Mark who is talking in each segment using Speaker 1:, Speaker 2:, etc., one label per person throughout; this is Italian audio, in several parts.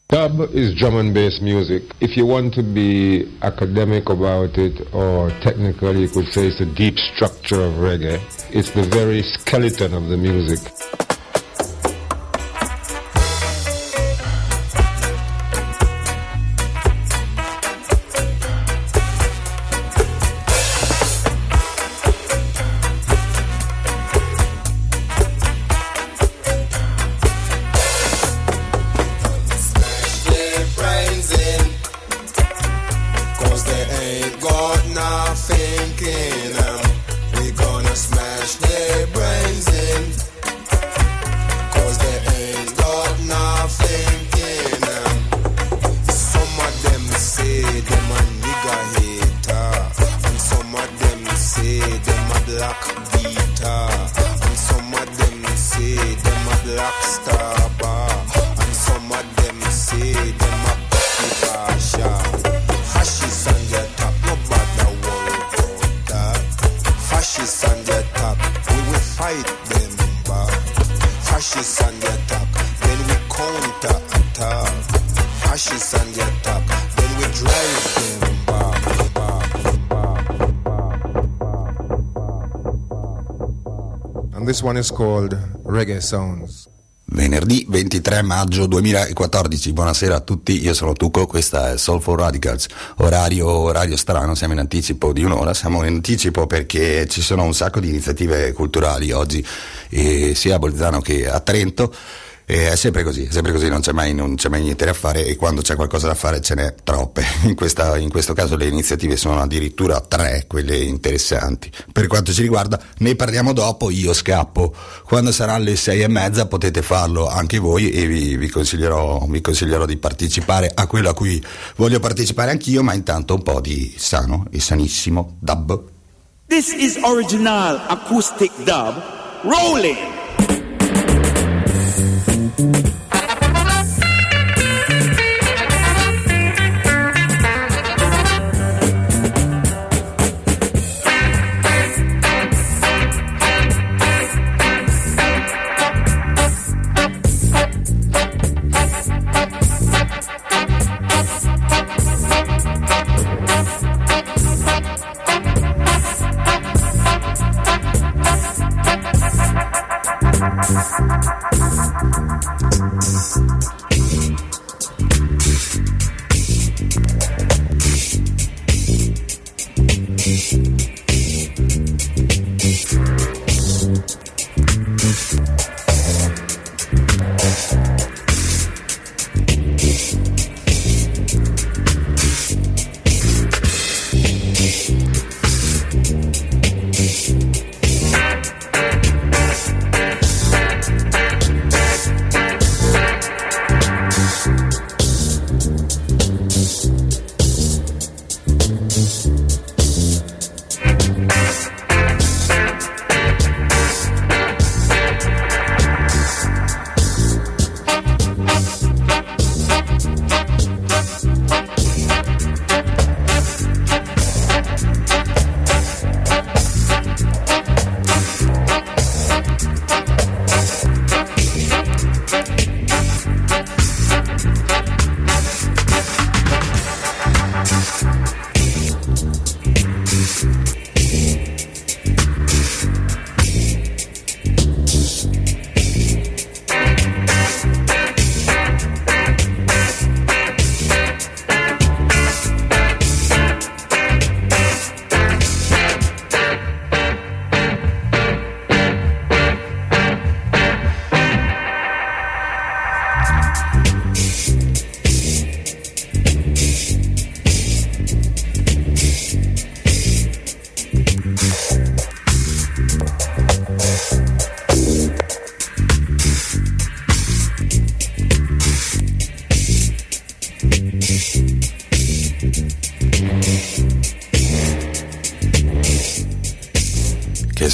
Speaker 1: Dub is drum and bass music. If you want to be academic about it or technical, you could say it's the deep structure of reggae. It's the very skeleton of the music.
Speaker 2: This one is called Reggae Sounds.
Speaker 3: Venerdì 23 maggio 2014, buonasera a tutti, io sono Tuco, questa è Soulful Radicals, orario strano, siamo in anticipo di un'ora, siamo in anticipo perché ci sono un sacco di iniziative culturali oggi, sia a Bolzano che a Trento. È sempre così, non c'è mai niente da fare, e quando c'è qualcosa da fare ce n'è troppe. In questo caso le iniziative sono addirittura 3, quelle interessanti. Per quanto ci riguarda ne parliamo dopo, io scappo. Quando saranno le 6:30 potete farlo anche voi, e vi consiglierò di partecipare a quello a cui voglio partecipare anch'io, ma intanto un po' di sano e sanissimo dub.
Speaker 4: This is original acoustic dub, rolling.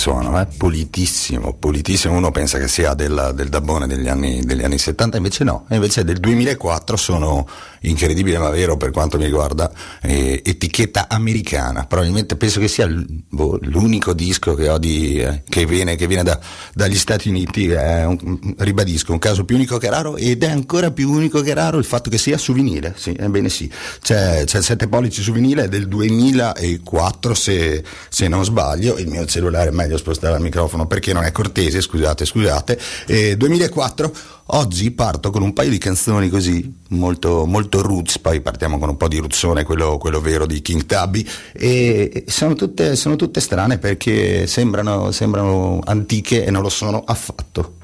Speaker 3: suono, pulitissimo, uno pensa che sia del dabbone degli anni 70, invece no, invece è del 2004, sono incredibile ma vero per quanto mi riguarda, etichetta americana, probabilmente penso che sia l'unico disco che ho che viene dagli Stati Uniti, ribadisco, un caso più unico che raro, ed è ancora più unico che raro il fatto che sia su vinile, sì, ebbene sì, c'è il 7 pollici su vinile, è del 2004 se non sbaglio, il mio cellulare è meglio spostare al microfono perché non è cortese, scusate, 2004. Oggi parto con un paio di canzoni così molto, molto roots, poi partiamo con un po' di ruzzone, quello vero di King Tubby, e sono tutte strane perché sembrano antiche e non lo sono affatto.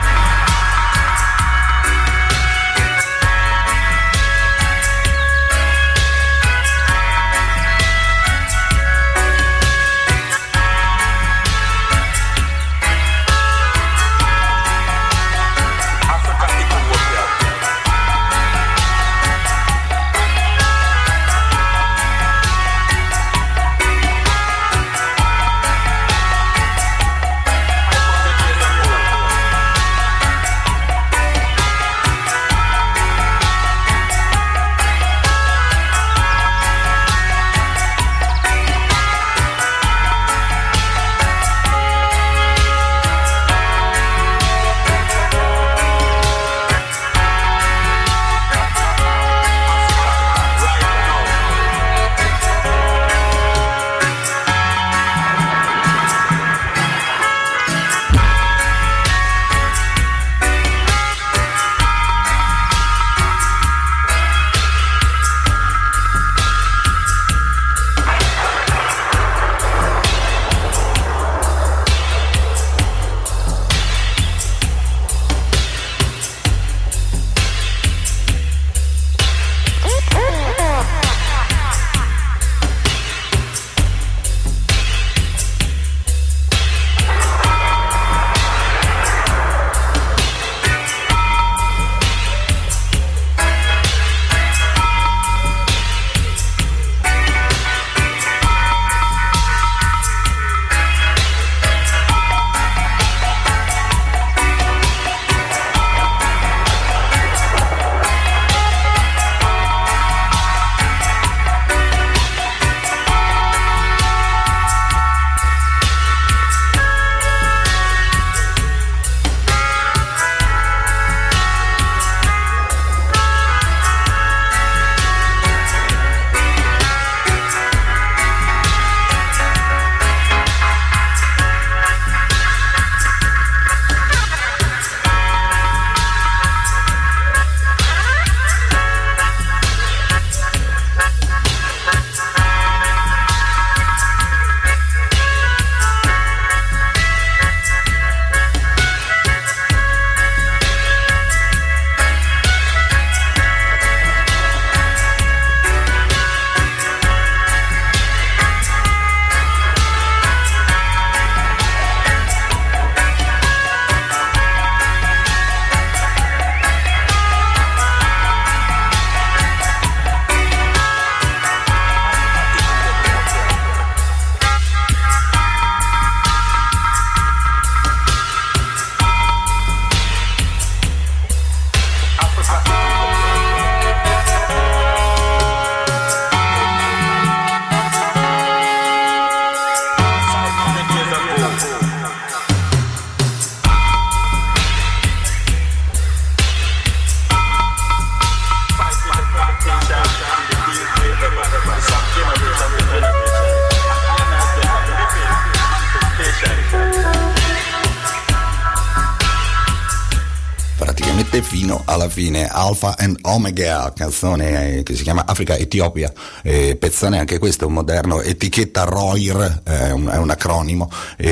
Speaker 3: Fino alla fine, Alpha and Omega, canzone che si chiama Africa Etiopia, pezzone anche questo, un moderno, etichetta ROIR, è un acronimo,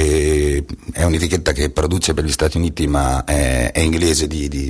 Speaker 3: è un'etichetta che produce per gli Stati Uniti ma è inglese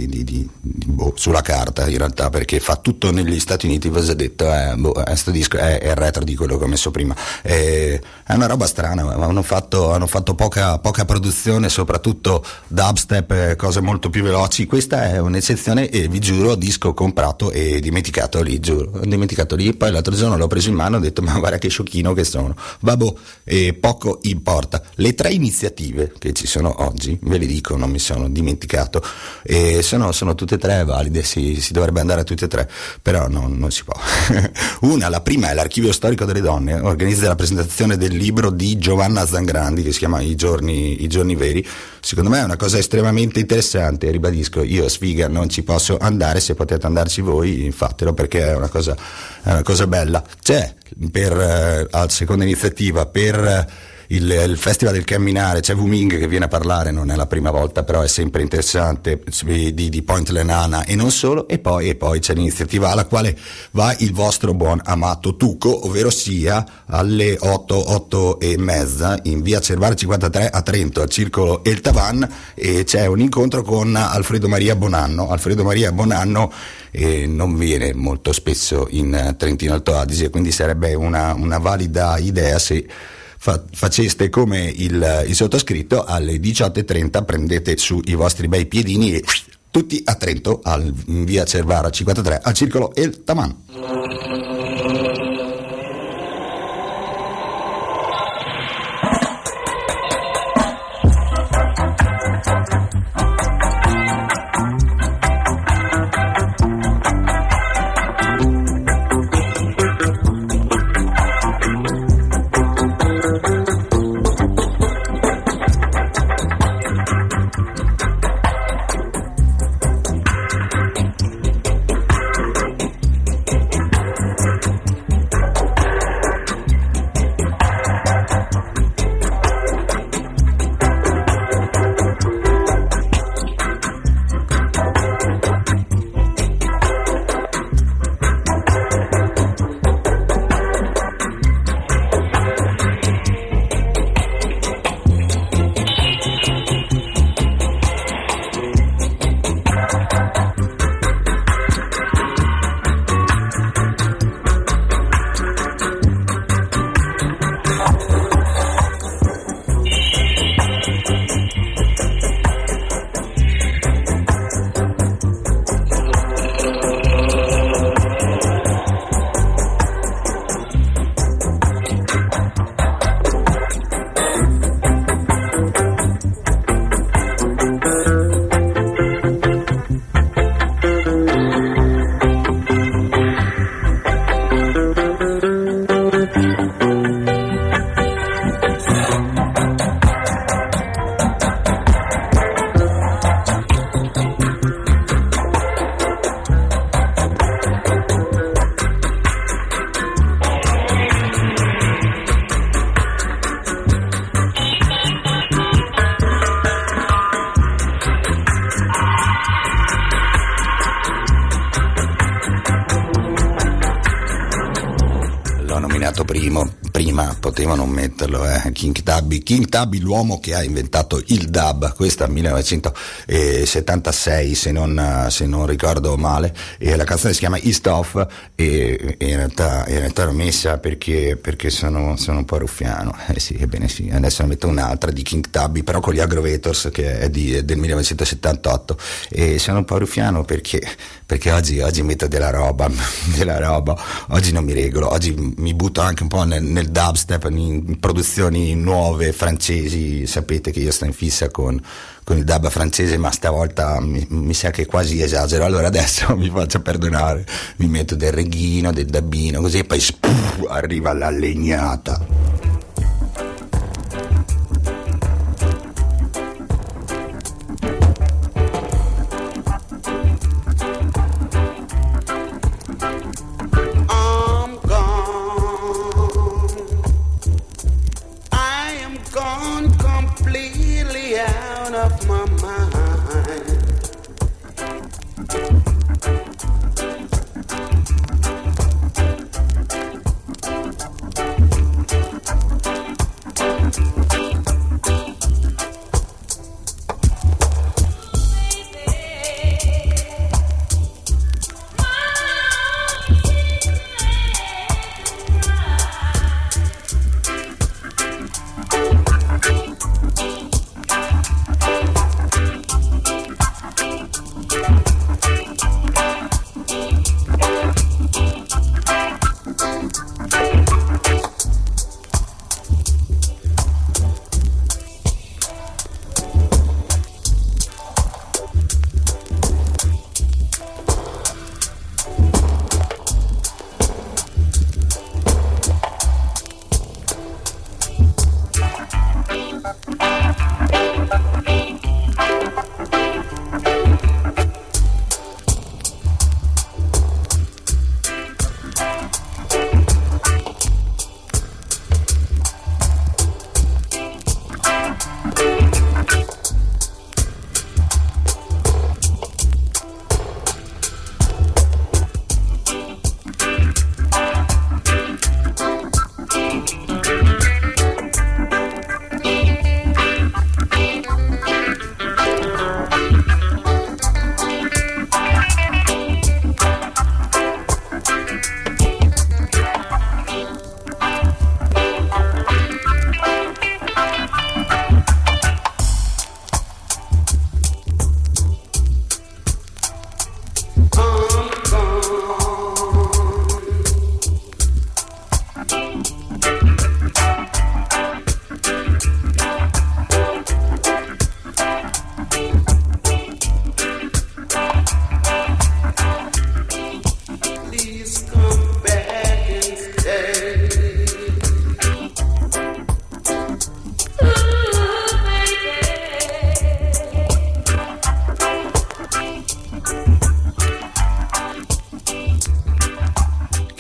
Speaker 3: sulla carta in realtà, perché fa tutto negli Stati Uniti, vi ho già detto, questo disco è il retro di quello che ho messo prima, è una roba strana, hanno fatto poca produzione, soprattutto dubstep, cose molto più veloci. Questa è un'eccezione confezione e vi giuro, disco comprato e dimenticato lì, giuro, ho dimenticato lì. Poi l'altro giorno l'ho preso in mano e ho detto ma guarda che sciocchino che sono, vabbè, poco importa. Le 3 iniziative che ci sono oggi, ve le dico, non mi sono dimenticato, e sono tutte e 3 valide, si dovrebbe andare a tutte e 3, però non si può. La prima è l'Archivio Storico delle Donne, organizza la presentazione del libro di Giovanna Zangrandi che si chiama I giorni veri. Secondo me è una cosa estremamente interessante, ribadisco, io sfiga non ci posso andare, se potete andarci voi fatelo perché è una cosa bella. C'è alla seconda iniziativa per il Festival del Camminare, c'è Wuming che viene a parlare, non è la prima volta però è sempre interessante, di Point Lenana e non solo, e poi c'è l'iniziativa alla quale va il vostro buon amato Tuco, ovvero sia alle 8:30 in via Cervara 53 a Trento, al Circolo El Tavan, e c'è un incontro con Alfredo Maria Bonanno. Non viene molto spesso in Trentino Alto Adige, quindi sarebbe una valida idea se faceste come il sottoscritto, alle 18:30 prendete su i vostri bei piedini e tutti a Trento, in via Cervara 53 al Circolo El Taman. Prima potevano metterlo, King Tubby, l'uomo che ha inventato il dub, questa 1976 se non ricordo male, e la canzone si chiama East Off, e in realtà l'ho messa perché sono un po' ruffiano, sì, ebbene sì, adesso ne metto un'altra di King Tubby però con gli Agrovators che è del 1978, e sono un po' ruffiano perché oggi metto della roba, oggi non mi regolo, oggi mi butto anche un po' nel dubstep, in produzioni nuove francesi. Sapete che io sto in fissa con il dub francese, ma stavolta mi sa che quasi esagero, allora adesso mi faccio perdonare, mi metto del reghino, del dubbino, così, e poi arriva la legnata.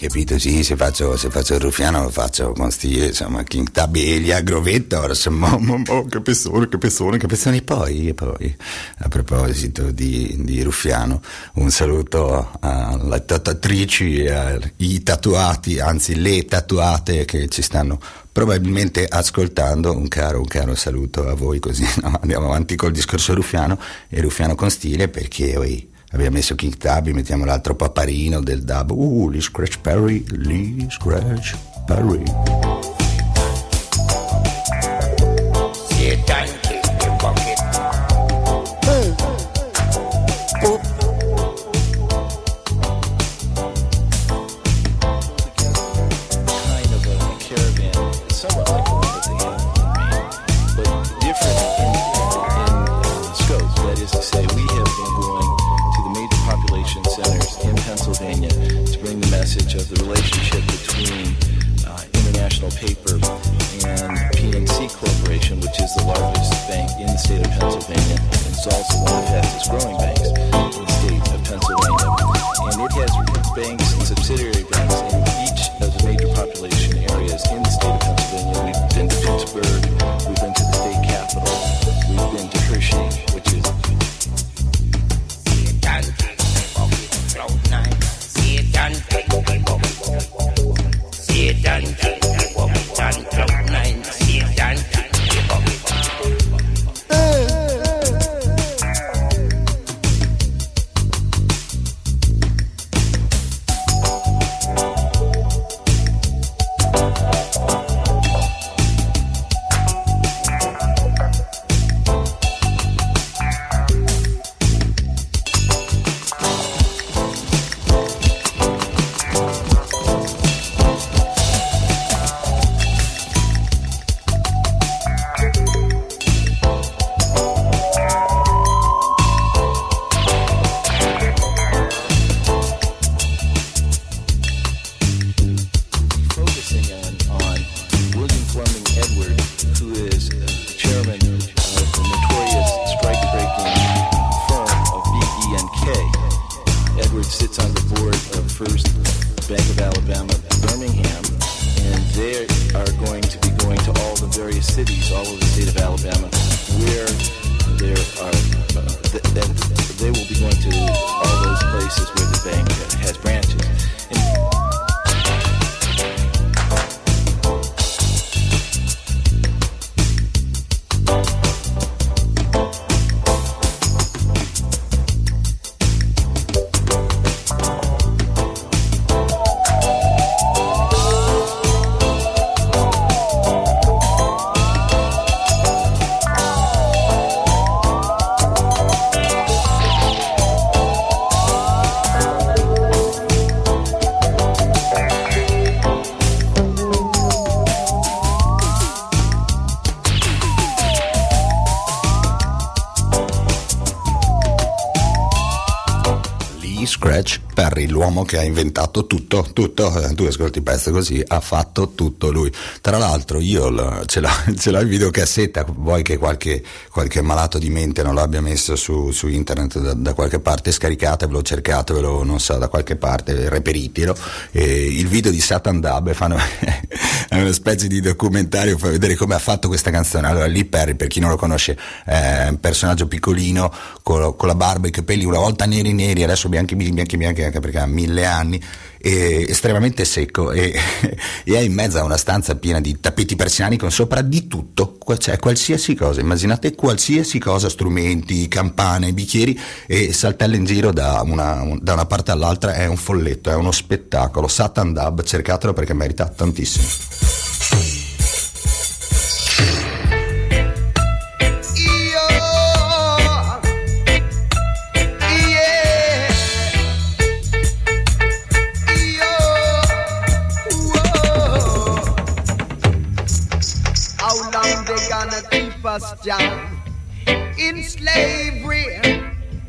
Speaker 3: capito? Sì, se faccio il ruffiano lo faccio con stile, insomma, King Tubby e gli Aggrovetors, che pezzoni. Poi, a proposito di ruffiano, un saluto alle tatuatrici e ai tatuati, anzi le tatuate che ci stanno probabilmente ascoltando. Un caro saluto a voi, così no, andiamo avanti col discorso ruffiano e ruffiano con stile, perché abbiamo messo King Tubby, mettiamo l'altro paparino del dub, Lee Scratch Perry.
Speaker 5: Of the relationship between International Paper and PNC Corporation, which is the largest bank in the state of Pennsylvania, and is also one of the fastest growing banks in the state of Pennsylvania. And it has banks and subsidiary banks in each of the major population areas in the state of Pennsylvania. We've been to Pittsburgh, we've been to the state capital, we've been to Hershey, which is
Speaker 3: Scratch Perry, l'uomo che ha inventato tutto, tu ascolti il pezzo così, ha fatto tutto lui. Tra l'altro io ce l'ho in videocassetta, vuoi che qualche malato di mente non l'abbia messo su internet da qualche parte, scaricatevelo, cercatevelo, non so, da qualche parte, reperitelo. Il video di Satan Dub è una specie di documentario, fa vedere come ha fatto questa canzone. Allora, Lee Perry, per chi non lo conosce, è un personaggio piccolino con la barba e i capelli una volta neri, adesso bianchi anche perché ha 1000 anni, estremamente secco e è in mezzo a una stanza piena di tappeti persiani con sopra di tutto, cioè qualsiasi cosa, immaginate qualsiasi cosa, strumenti, campane, bicchieri, e saltella in giro da una parte all'altra. È un folletto, è uno spettacolo. Satan Dub, cercatelo perché merita tantissimo.
Speaker 6: Us down in slavery.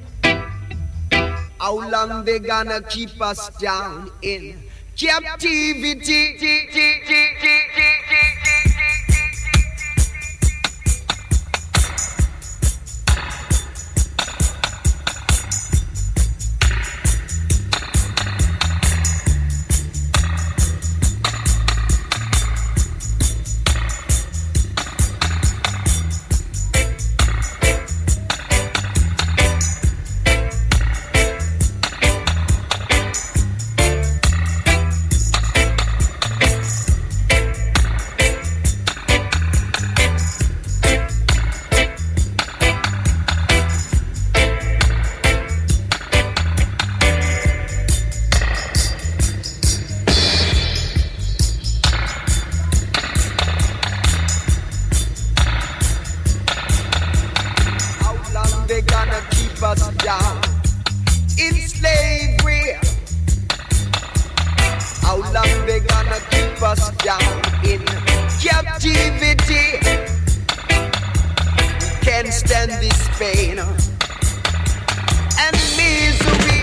Speaker 6: How long they gonna keep us down in captivity? than this pain and misery.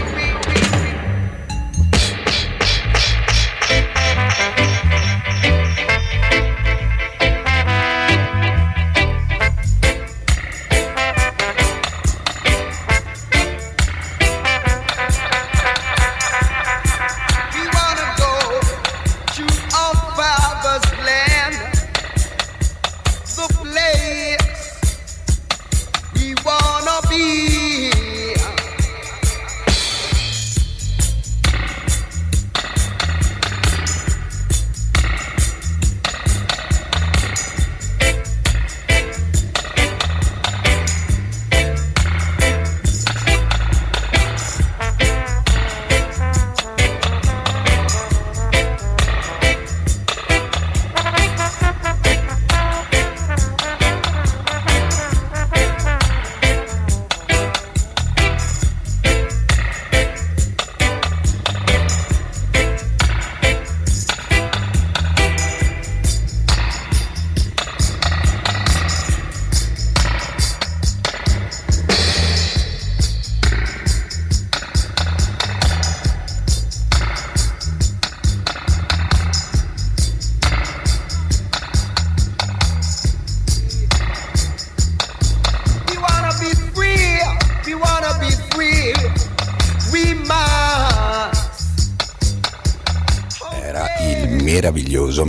Speaker 3: Meraviglioso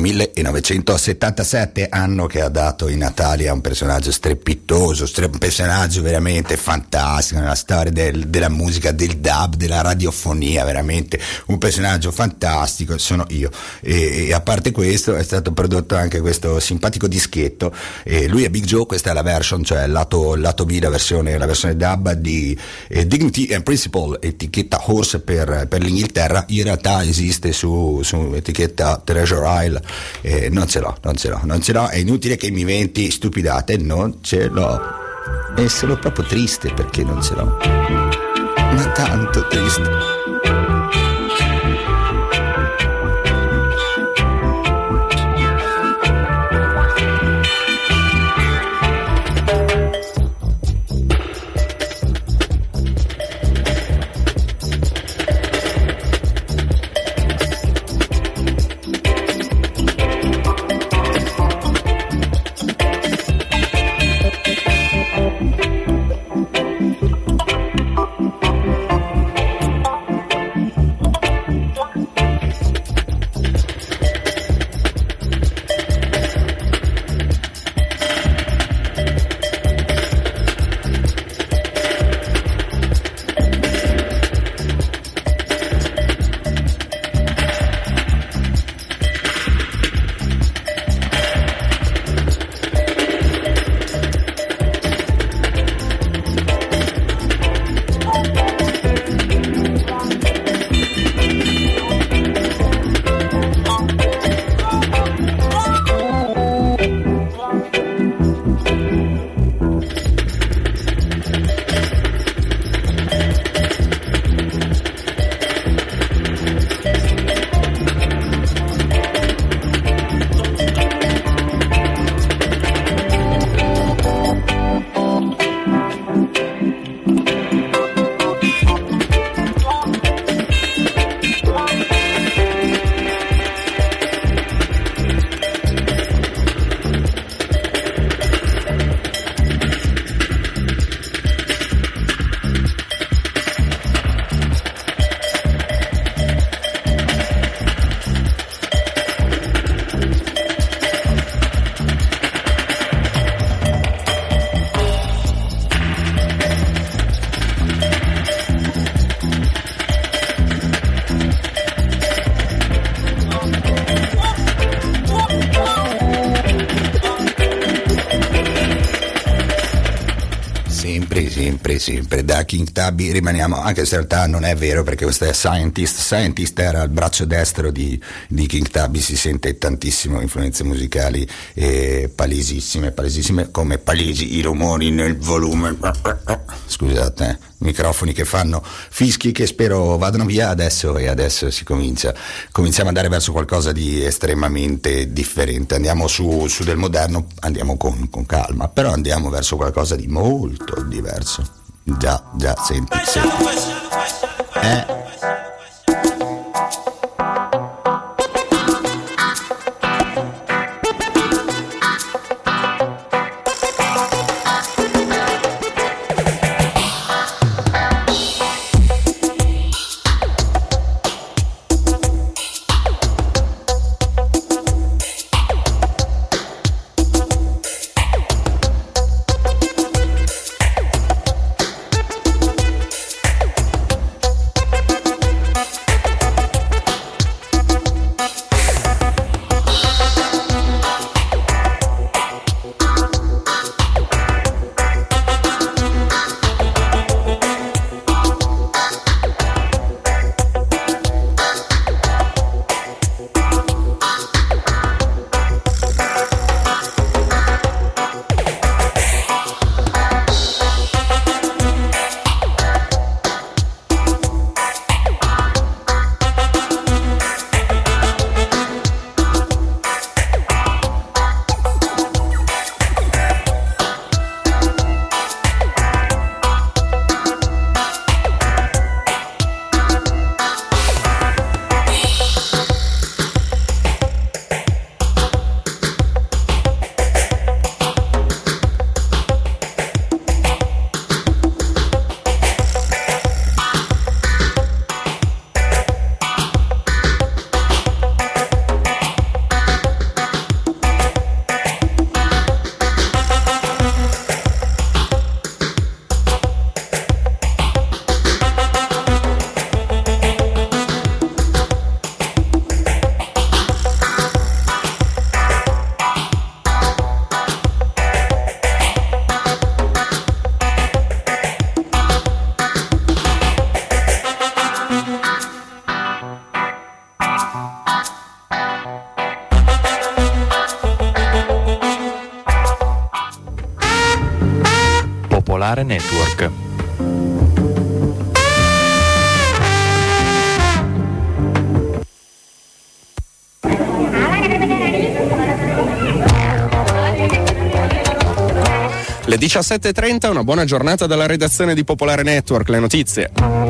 Speaker 3: 1977, anno che ha dato i natali a un personaggio strepitoso, un personaggio veramente fantastico nella storia della musica, del dub, della radiofonia, veramente un personaggio fantastico, sono io. E a parte questo è stato prodotto anche questo simpatico dischetto, lui è Big Joe, questa è la version, cioè lato B, la versione dub di Dignity and Principle, etichetta Horse per l'Inghilterra. In realtà esiste su etichetta Treasure Isle, non ce l'ho, è inutile che mi inventi stupidate, non ce l'ho, e sono proprio triste perché non ce l'ho, ma tanto triste. sempre. Da King Tubby rimaniamo, anche se in realtà non è vero, perché questo è Scientist era il braccio destro di King Tubby, si sente tantissimo influenze musicali palesissime, come palesi i rumori nel volume, scusate, microfoni che fanno fischi che spero vadano via adesso, e adesso cominciamo ad andare verso qualcosa di estremamente differente. Andiamo su del moderno, andiamo con calma, però andiamo verso qualcosa di molto diverso. Già, senti.
Speaker 7: Popolare Network. Le 17:30, una buona giornata dalla redazione di Popolare Network, le notizie.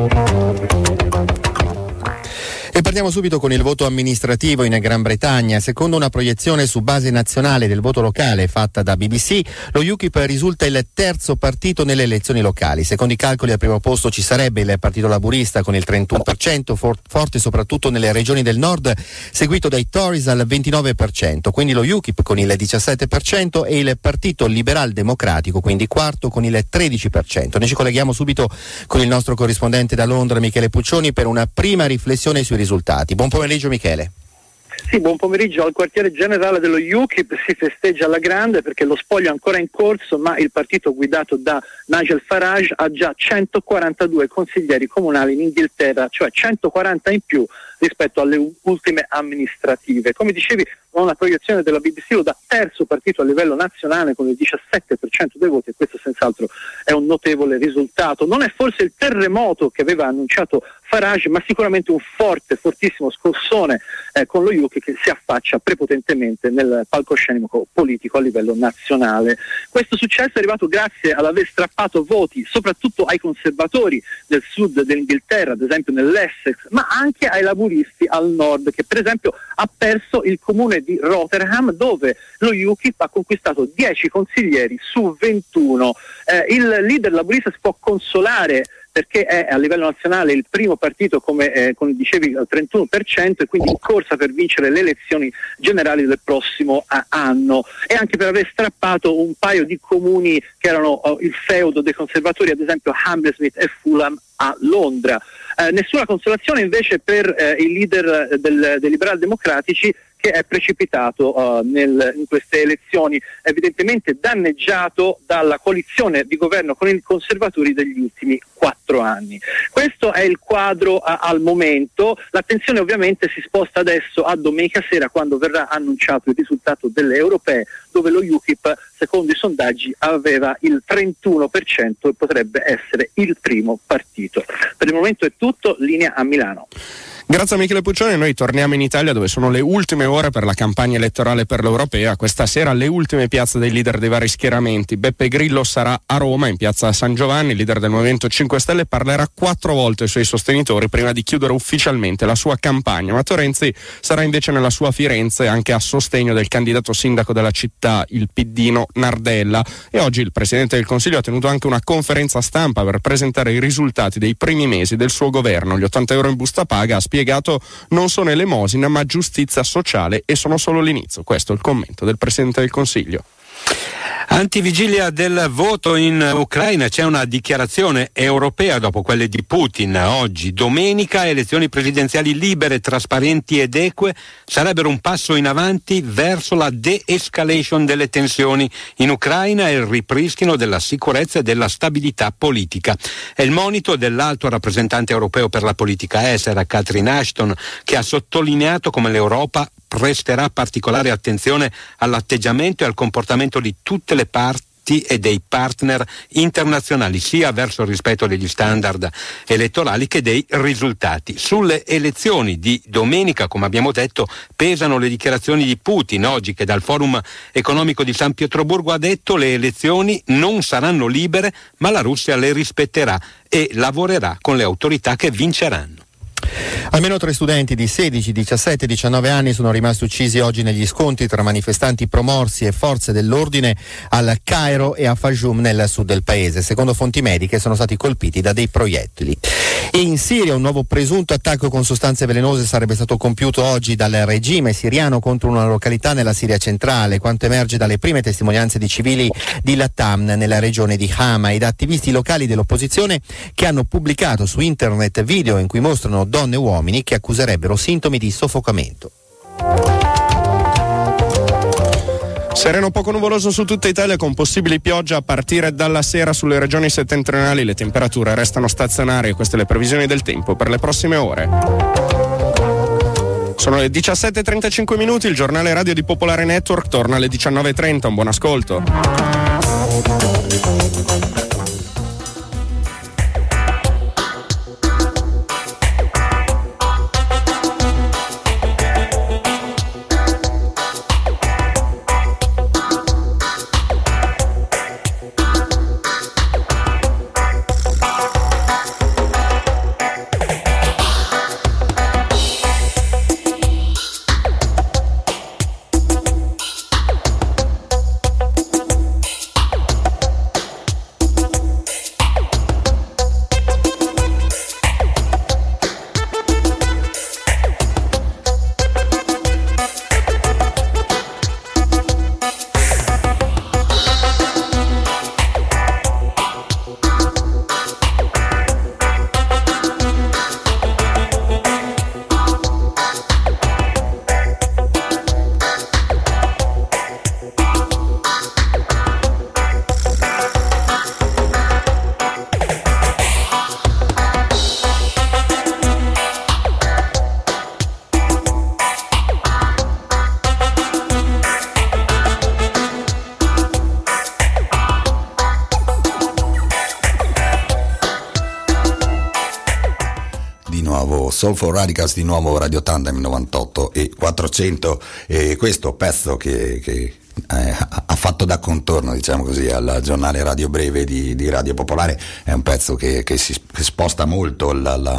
Speaker 8: E partiamo subito con il voto amministrativo in Gran Bretagna. Secondo una proiezione su base nazionale del voto locale fatta da BBC, lo UKIP risulta il terzo partito nelle elezioni locali. Secondo i calcoli al primo posto ci sarebbe il Partito Laburista con il 31%, forte soprattutto nelle regioni del nord, seguito dai Tories al 29%, quindi lo UKIP con il 17% e il Partito Liberal Democratico, quindi quarto con il 13%. Noi ci colleghiamo subito con il nostro corrispondente da Londra, Michele Puccioni, per una prima riflessione sui risultati. Buon pomeriggio Michele.
Speaker 9: Sì, buon pomeriggio. Al quartiere generale dello UKIP si festeggia alla grande perché lo spoglio è ancora in corso, ma il partito guidato da Nigel Farage ha già 142 consiglieri comunali in Inghilterra, cioè 140 in più rispetto alle ultime amministrative. Come dicevi, una proiezione della BBC lo dà terzo partito a livello nazionale con il 17% dei voti, e questo senz'altro è un notevole risultato. Non è forse il terremoto che aveva annunciato Farage, ma sicuramente un fortissimo scossone con lo UKIP che si affaccia prepotentemente nel palcoscenico politico a livello nazionale. Questo successo è arrivato grazie all'aver strappato voti soprattutto ai conservatori del sud dell'Inghilterra, ad esempio nell'Essex, ma anche ai laburisti al nord, che per esempio ha perso il comune di Rotherham, dove lo UKIP ha conquistato 10 consiglieri su 21. Il leader laburista si può consolare perché è a livello nazionale il primo partito, come dicevi, al 31%, e quindi in corsa per vincere le elezioni generali del prossimo anno, e anche per aver strappato un paio di comuni che erano il feudo dei conservatori, ad esempio Hammersmith e Fulham a Londra. Nessuna consolazione invece per il leader dei liberal democratici, che è precipitato in queste elezioni, evidentemente danneggiato dalla coalizione di governo con i conservatori degli ultimi 4 anni. Questo è il quadro al momento. L'attenzione ovviamente si sposta adesso a domenica sera, quando verrà annunciato il risultato delle europee, dove lo UKIP, secondo i sondaggi, aveva il 31% e potrebbe essere il primo partito. Per il momento è tutto, linea a Milano.
Speaker 7: Grazie a Michele Puccioni, noi torniamo in Italia dove sono le ultime ore per la campagna elettorale per l'Europea. Questa sera le ultime piazze dei leader dei vari schieramenti. Beppe Grillo sarà a Roma in piazza San Giovanni, il leader del Movimento 5 Stelle parlerà 4 volte ai suoi sostenitori prima di chiudere ufficialmente la sua campagna. Matteo Renzi sarà invece nella sua Firenze anche a sostegno del candidato sindaco della città, il piddino Nardella, e oggi il Presidente del Consiglio ha tenuto anche una conferenza stampa per presentare i risultati dei primi mesi del suo governo. Gli 80 euro in busta paga, ha spiegato, non sono elemosina ma giustizia sociale e sono solo l'inizio. Questo è il commento del Presidente del Consiglio.
Speaker 10: Antivigilia del voto in Ucraina, c'è una dichiarazione europea dopo quelle di Putin. Oggi, domenica, elezioni presidenziali libere, trasparenti ed eque sarebbero un passo in avanti verso la de-escalation delle tensioni in Ucraina e il ripristino della sicurezza e della stabilità politica. È il monito dell'alto rappresentante europeo per la politica estera, Catherine Ashton, che ha sottolineato come l'Europa presterà particolare attenzione all'atteggiamento e al comportamento di tutte le parti e dei partner internazionali, sia verso il rispetto degli standard elettorali che dei risultati. Sulle elezioni di domenica, come abbiamo detto, pesano le dichiarazioni di Putin oggi, che dal Forum economico di San Pietroburgo ha detto: le elezioni non saranno libere, ma la Russia le rispetterà e lavorerà con le autorità che vinceranno.
Speaker 8: Almeno 3 studenti di 16, 17 e 19 anni sono rimasti uccisi oggi negli scontri tra manifestanti promossi e forze dell'ordine al Cairo e a Fayum nel sud del paese. Secondo fonti mediche sono stati colpiti da dei proiettili. E in Siria un nuovo presunto attacco con sostanze velenose sarebbe stato compiuto oggi dal regime siriano contro una località nella Siria centrale, quanto emerge dalle prime testimonianze di civili di Latam nella regione di Hama e da attivisti locali dell'opposizione che hanno pubblicato su internet video in cui mostrano donne e uomini che accuserebbero sintomi di soffocamento.
Speaker 7: Sereno poco nuvoloso su tutta Italia con possibili piogge a partire dalla sera sulle regioni settentrionali. Le temperature restano stazionarie, queste le previsioni del tempo per le prossime ore. Sono le 17:35 minuti, il giornale radio di Popolare Network torna alle 19:30, un buon ascolto.
Speaker 3: Soulful Radicals, di nuovo Radio Tandem 98 e 400, e questo pezzo che ha fatto da contorno, diciamo così, al giornale Radio Breve di Radio Popolare, è un pezzo che sposta molto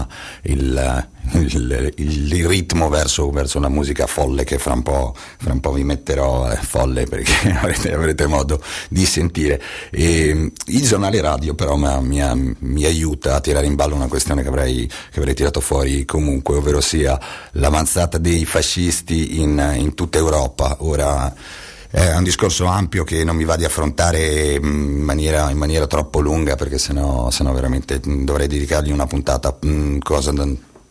Speaker 3: il ritmo verso una musica folle che fra un po' vi metterò, folle, perché avrete modo di sentire. E il giornale radio però mi aiuta a tirare in ballo una questione che avrei tirato fuori comunque, ovvero sia l'avanzata dei fascisti in tutta Europa. Ora è un discorso ampio che non mi va di affrontare in maniera troppo lunga, perché sennò veramente dovrei dedicargli una puntata.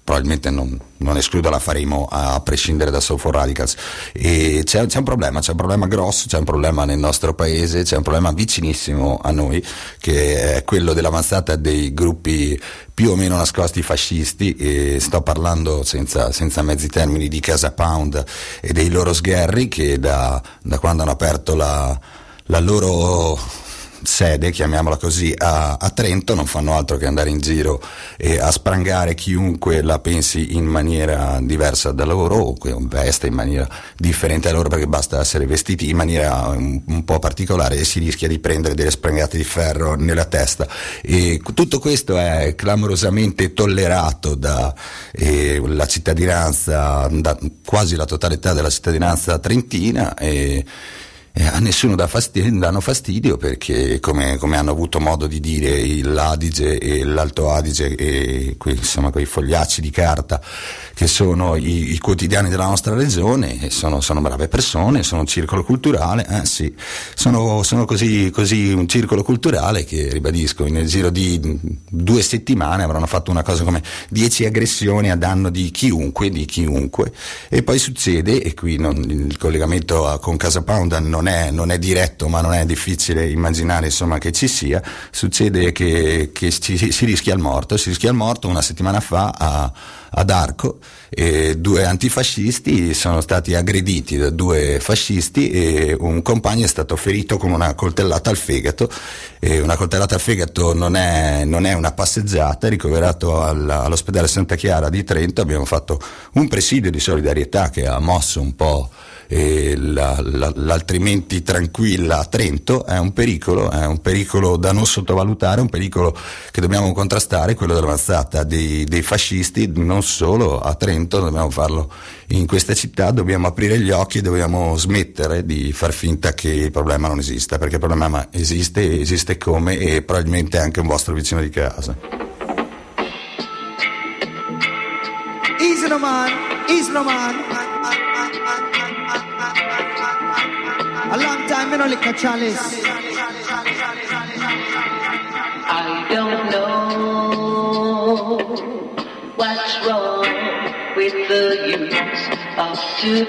Speaker 3: probabilmente non escludo, la faremo a prescindere da Soulful Radicals. E c'è un problema grosso, c'è un problema nel nostro paese, c'è un problema vicinissimo a noi, che è quello dell'avanzata dei gruppi più o meno nascosti fascisti, e sto parlando senza mezzi termini di Casa Pound e dei loro sgherri, che da quando hanno aperto la loro sede, chiamiamola così, a Trento, non fanno altro che andare in giro e a sprangare chiunque la pensi in maniera diversa da loro, o che veste in maniera differente da loro, perché basta essere vestiti in maniera un po' particolare e si rischia di prendere delle sprangate di ferro nella testa. E tutto questo è clamorosamente tollerato da la cittadinanza, da quasi la totalità della cittadinanza trentina, e a nessuno danno fastidio, perché come hanno avuto modo di dire l'Adige e l'Alto Adige, e insomma quei fogliacci di carta che sono i quotidiani della nostra regione, sono brave persone, sono un circolo culturale, sì, sono così un circolo culturale che, ribadisco, nel giro di 2 settimane avranno fatto una cosa come 10 aggressioni a danno di chiunque, e poi succede, e qui il collegamento con Casa Pound non è diretto, ma non è difficile immaginare, insomma, che ci sia. Succede che si rischia il morto. Una settimana fa ad Arco, 2 antifascisti sono stati aggrediti da 2 fascisti, e un compagno è stato ferito con una coltellata al fegato. Una coltellata al fegato non è una passeggiata. È ricoverato all'ospedale Santa Chiara di Trento. Abbiamo fatto un presidio di solidarietà che ha mosso un po' l'altrimenti tranquilla Trento. È un pericolo da non sottovalutare, un pericolo che dobbiamo contrastare, quello dell'avanzata dei fascisti, non solo a Trento, dobbiamo farlo in questa città. Dobbiamo aprire gli occhi e dobbiamo smettere di far finta che il problema non esista, perché il problema esiste come, e probabilmente anche un vostro vicino di casa.
Speaker 6: Easy no man. A long time me no lick a chalice.
Speaker 11: I don't know what's wrong with the youth of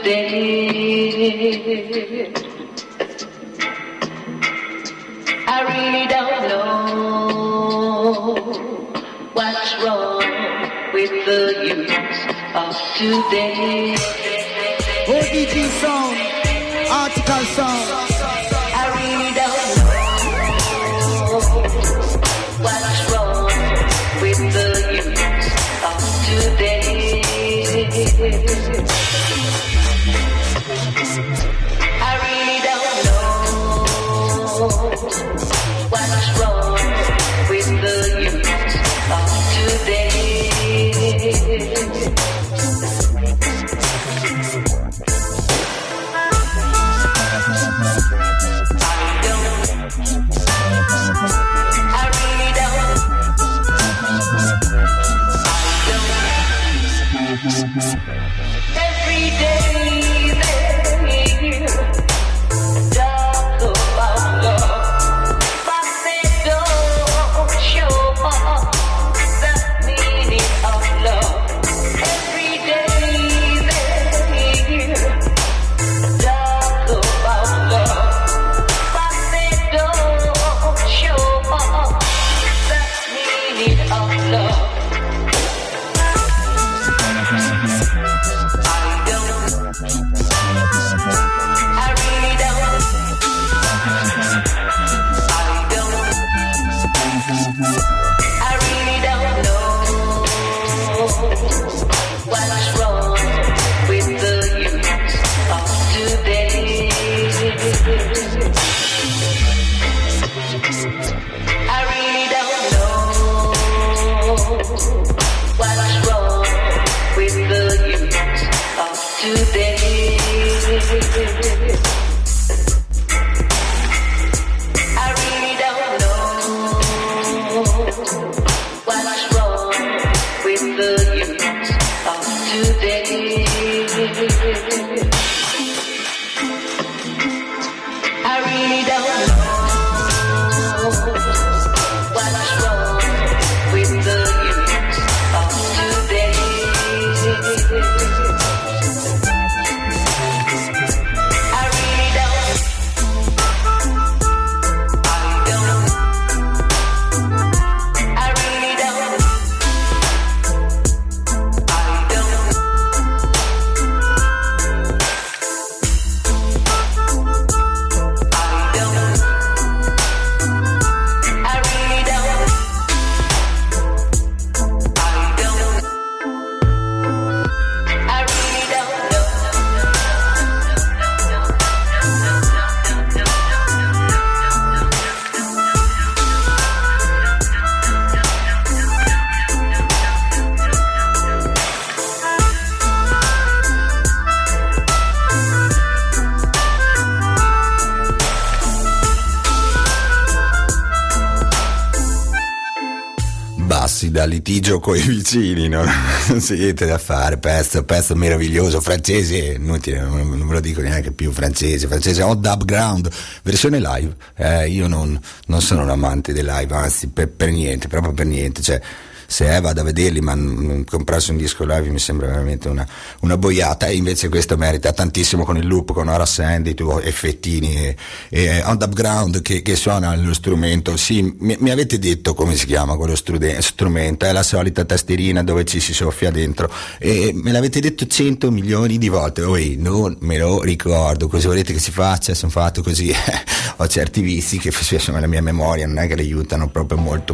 Speaker 11: today. I really don't know what's wrong with the youth of today.
Speaker 6: ODG sound, article sound.
Speaker 11: I really don't know what's wrong with the youth of today. I really don't know what's wrong with the youth of today. Every day they hear talk about love, but they don't show the meaning of love. Every day they hear talk about love, but they don't show the meaning of love. I really don't know what's wrong with the youth of today. I really don't know what's wrong with the youth of today. I really don't know what's wrong with the youth of today. I really don't know what's wrong with the youth of today.
Speaker 3: dal litigio coi vicini, no? Non si niente da fare, pezzo meraviglioso, francese, inutile, non ve lo dico neanche più, francese on dub ground, versione live. Io non sono un amante dei live, anzi per niente, proprio per niente, cioè se vado a vederli, ma comprarsi un disco live mi sembra veramente una boiata, e invece questo merita tantissimo con il loop, con Horace Sandy, effettini e on the ground che suona lo strumento. Sì, mi avete detto come si chiama quello strumento, è la solita tastierina dove ci si soffia dentro, e me l'avete detto 100 milioni di volte, non me lo ricordo, cosa volete che si faccia? Sono fatto così. Ho certi vizi che sono la mia memoria, non è che le aiutano proprio molto.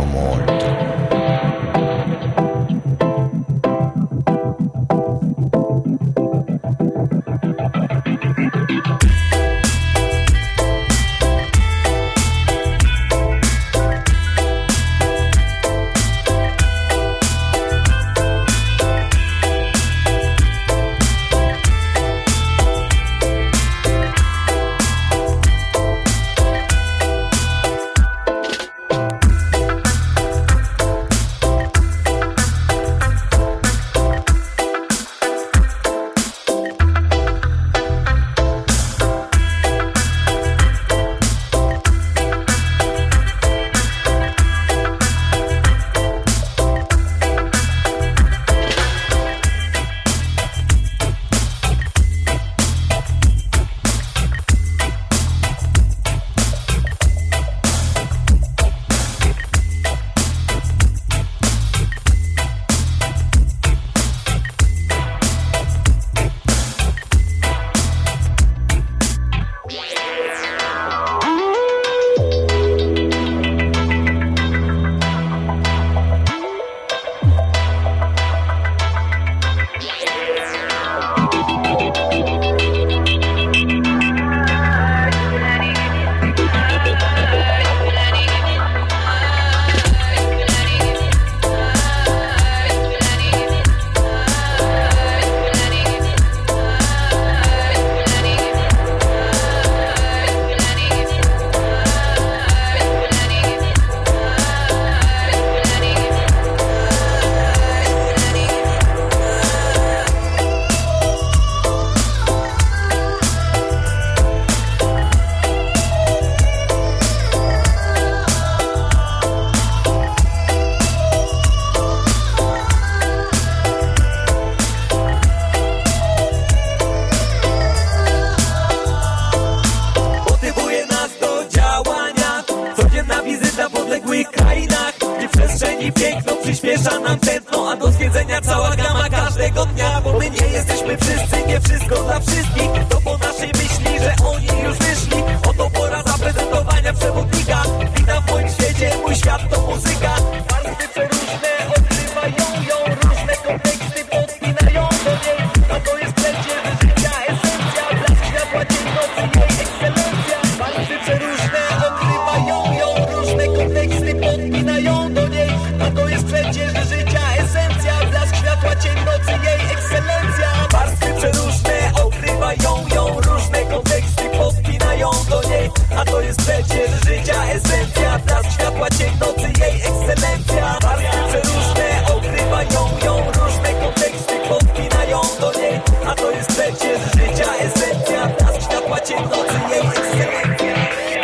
Speaker 12: przyspiesza nam tętno, a do zwiedzenia cała gama każdego dnia. Bo my nie jesteśmy wszyscy, nie wszystko dla wszystkich. To po naszej myśli, że oni już wyszli. Oto pora zaprezentowania przewodnika. Witam w moim świecie, mój świat to muzyka. Warstwy przeróżne odkrywają ją, różne konteksty podpinają do niej. A to jest przecież życia esencja, blask światła ciemnocy, jej ekscelencja. Warstwy przeróżne odkrywają ją, różne konteksty podpinają do niej. A to jest przecież życia esencja, blask światła ciemnocy, jej ekscelencja. Warstwy przeróżne odkrywają ją, różne konteksty podpinają do niej. A to jest przecież życia esencja, blask światła ciemnocy, jej ekscelencja. Warstwy przeróżne odkrywają ją, różne konteksty podpinają do niej. A to jest przecież życia esencja, blask światła ciemnocy, jej ekscelencja.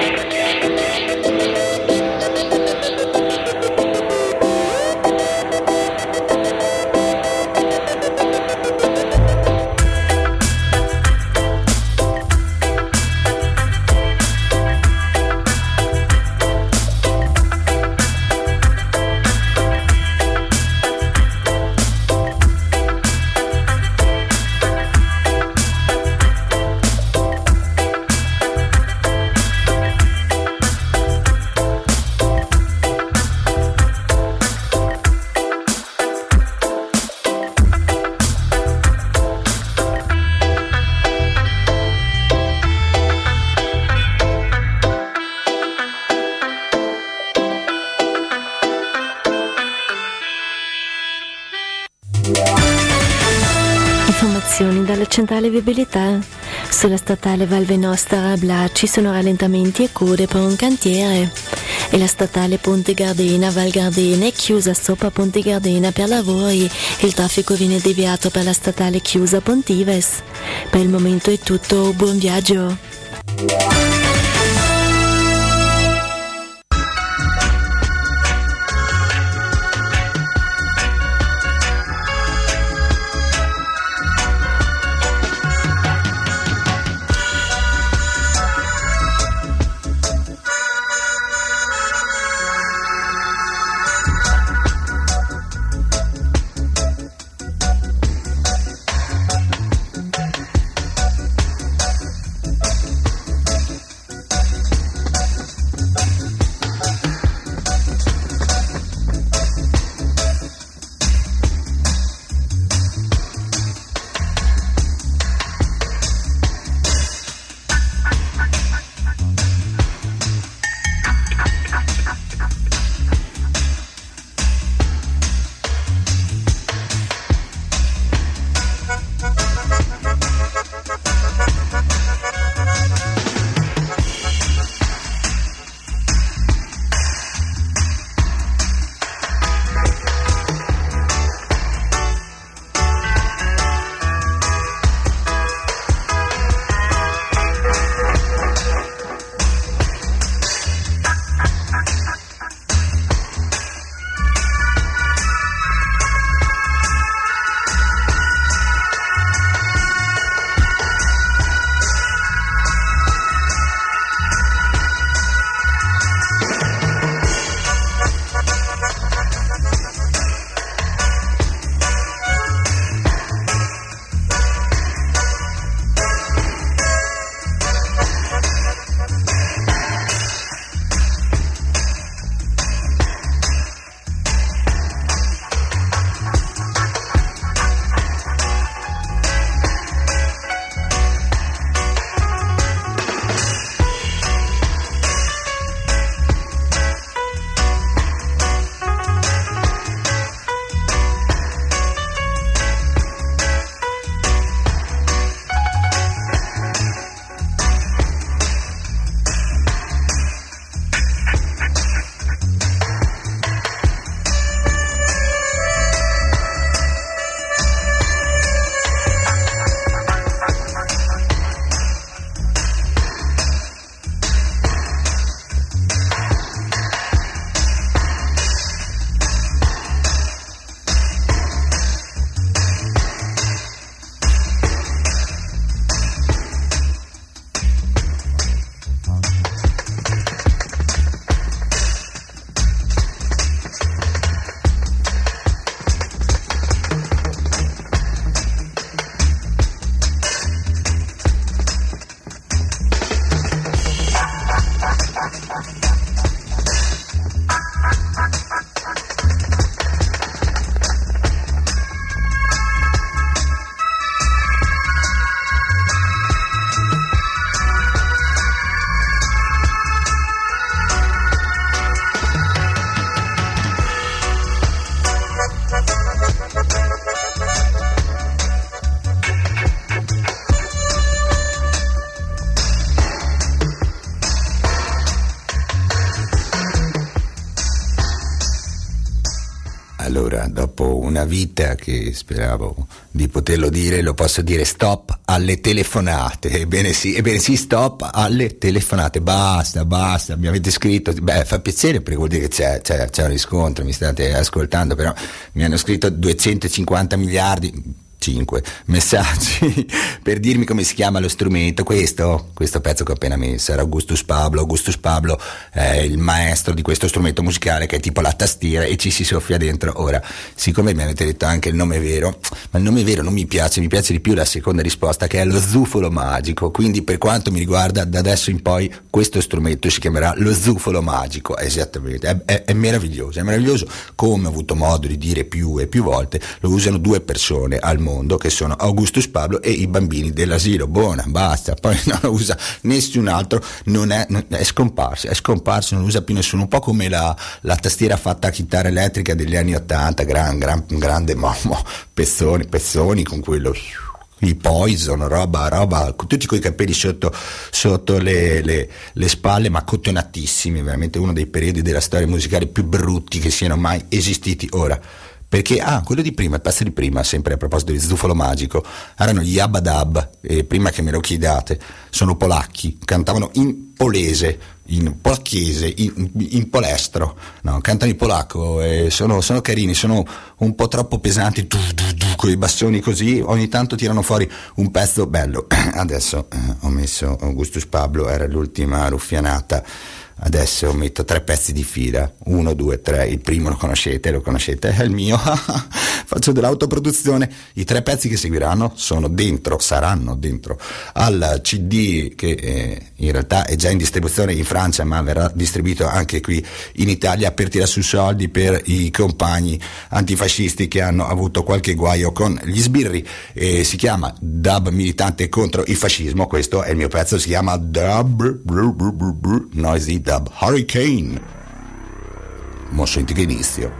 Speaker 13: Informazioni dalla centrale viabilità. Sulla statale Val Venosta Rabla ci sono rallentamenti e code per un cantiere. e la statale Ponte Gardena Val Gardena è chiusa sopra Ponte Gardena per lavori. Il traffico viene deviato per la statale chiusa Pontives. Per il momento è tutto, buon viaggio.
Speaker 3: Allora, dopo una vita che speravo di poterlo dire, lo posso dire: stop alle telefonate. Ebbene sì, stop alle telefonate. Basta, mi avete scritto. Beh, fa piacere perché vuol dire che c'è un riscontro, mi state ascoltando, però mi hanno scritto 250 miliardi. 5 messaggi per dirmi come si chiama lo strumento. Questo pezzo che ho appena messo era Augustus Pablo è il maestro di questo strumento musicale che è tipo la tastiera e ci si soffia dentro. Ora, siccome mi avete detto anche il nome vero, ma il nome vero non mi piace di più la seconda risposta, che è lo zufolo magico. Quindi per quanto mi riguarda, da adesso in poi questo strumento si chiamerà lo zufolo magico. Esattamente, è meraviglioso, come ho avuto modo di dire più e più volte. Lo usano 2 persone al mondo, che sono Augustus Pablo e i bambini dell'asilo. Buona, basta, poi non lo usa nessun altro, è scomparso, non lo usa più nessuno, un po' come la tastiera fatta a chitarra elettrica degli anni 80, grande pezzoni con quello i Poison, roba, tutti coi capelli sotto le spalle, ma cotonatissimi, veramente uno dei periodi della storia musicale più brutti che siano mai esistiti ora. Perché quello di prima, il pezzo di prima, sempre a proposito di Zufolo Magico, erano gli Yabba Dab, e prima che me lo chiedate, sono polacchi, cantavano in polese, in polacchese, in polestro, no, cantano in polacco e sono carini, sono un po' troppo pesanti, con i bassoni così, ogni tanto tirano fuori un pezzo bello. Adesso ho messo Augustus Pablo, era l'ultima ruffianata. Adesso metto 3 pezzi di fila, 1, 2, 3, il primo lo conoscete, è il mio, faccio dell'autoproduzione. I 3 pezzi che seguiranno saranno dentro al CD che in realtà è già in distribuzione in Francia, ma verrà distribuito anche qui in Italia per tirare su soldi per i compagni antifascisti che hanno avuto qualche guaio con gli sbirri. Si chiama Dub militante contro il fascismo, questo è il mio pezzo, si chiama Dub Noisy Dub Hurricane. Mo senti che inizio.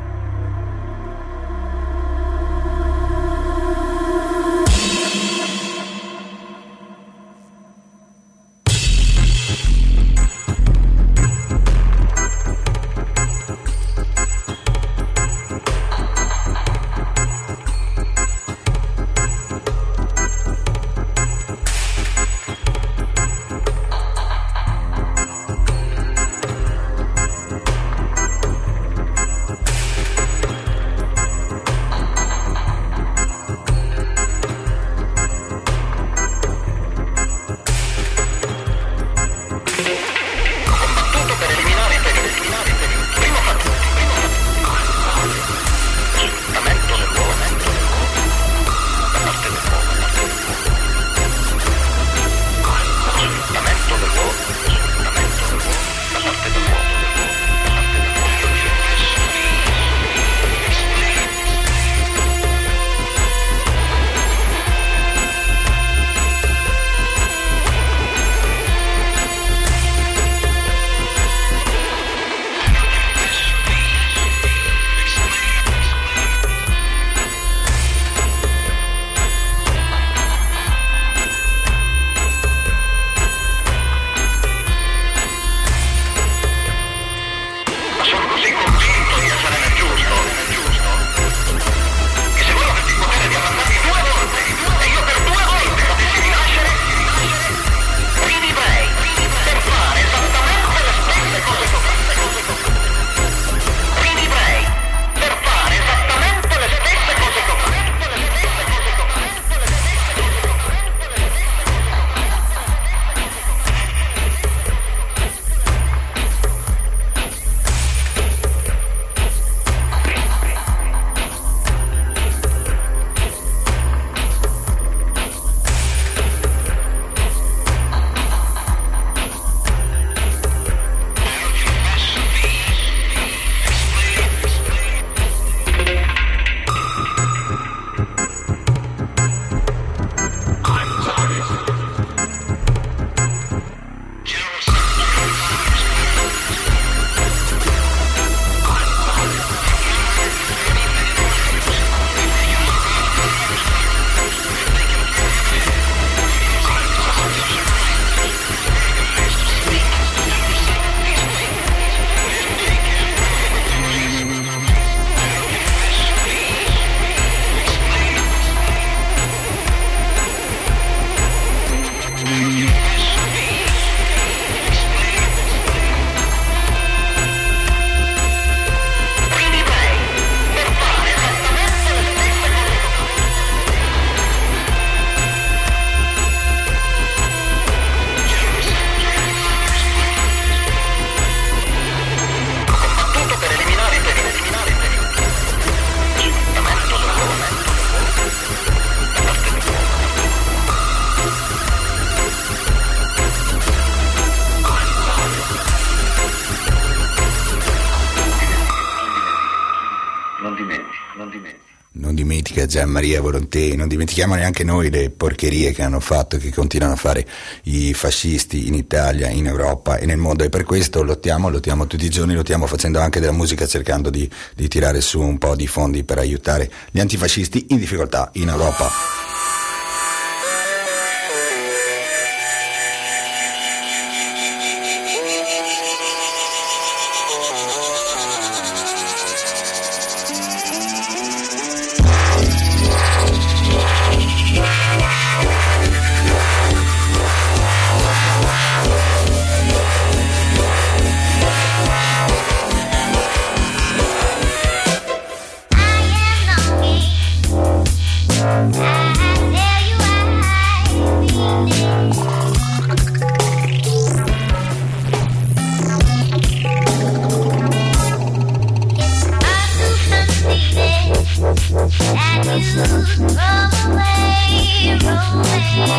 Speaker 3: Gian Maria Volonté, non dimentichiamo neanche noi le porcherie che hanno fatto, che continuano a fare i fascisti in Italia, in Europa e nel mondo, e per questo lottiamo tutti i giorni, lottiamo facendo anche della musica, cercando di tirare su un po' di fondi per aiutare gli antifascisti in difficoltà in Europa.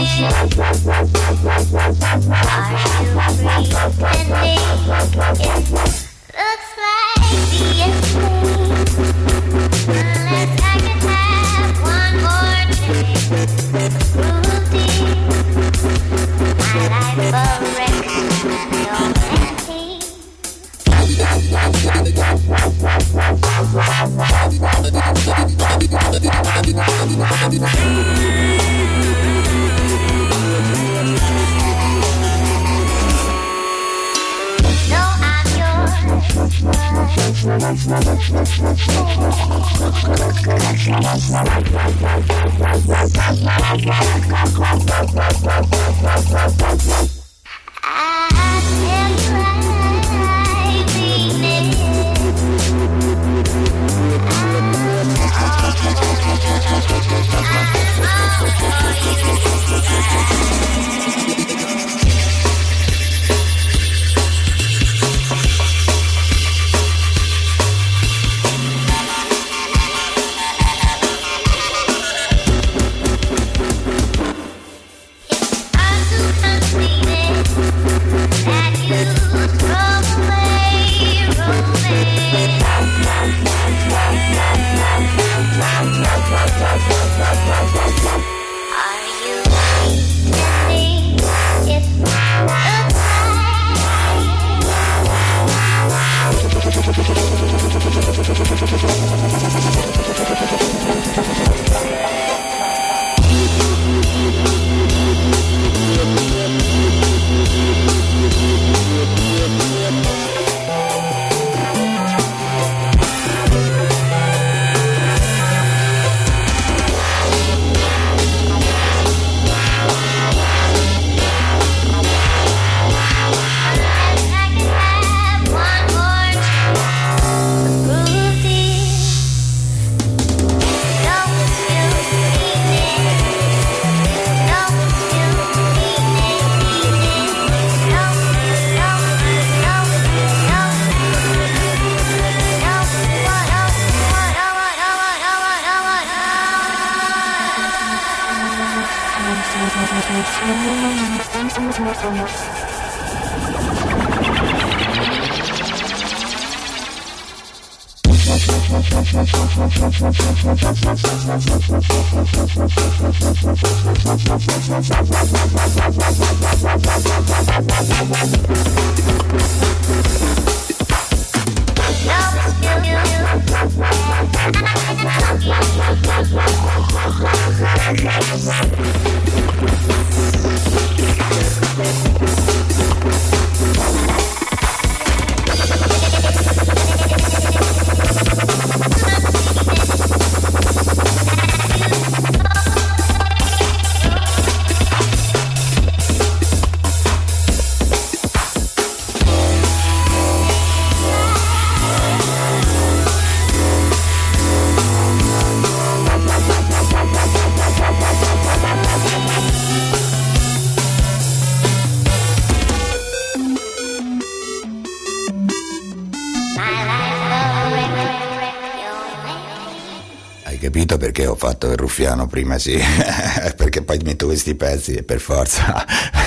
Speaker 3: Perché ho fatto il ruffiano prima, sì, perché poi metto questi pezzi e per forza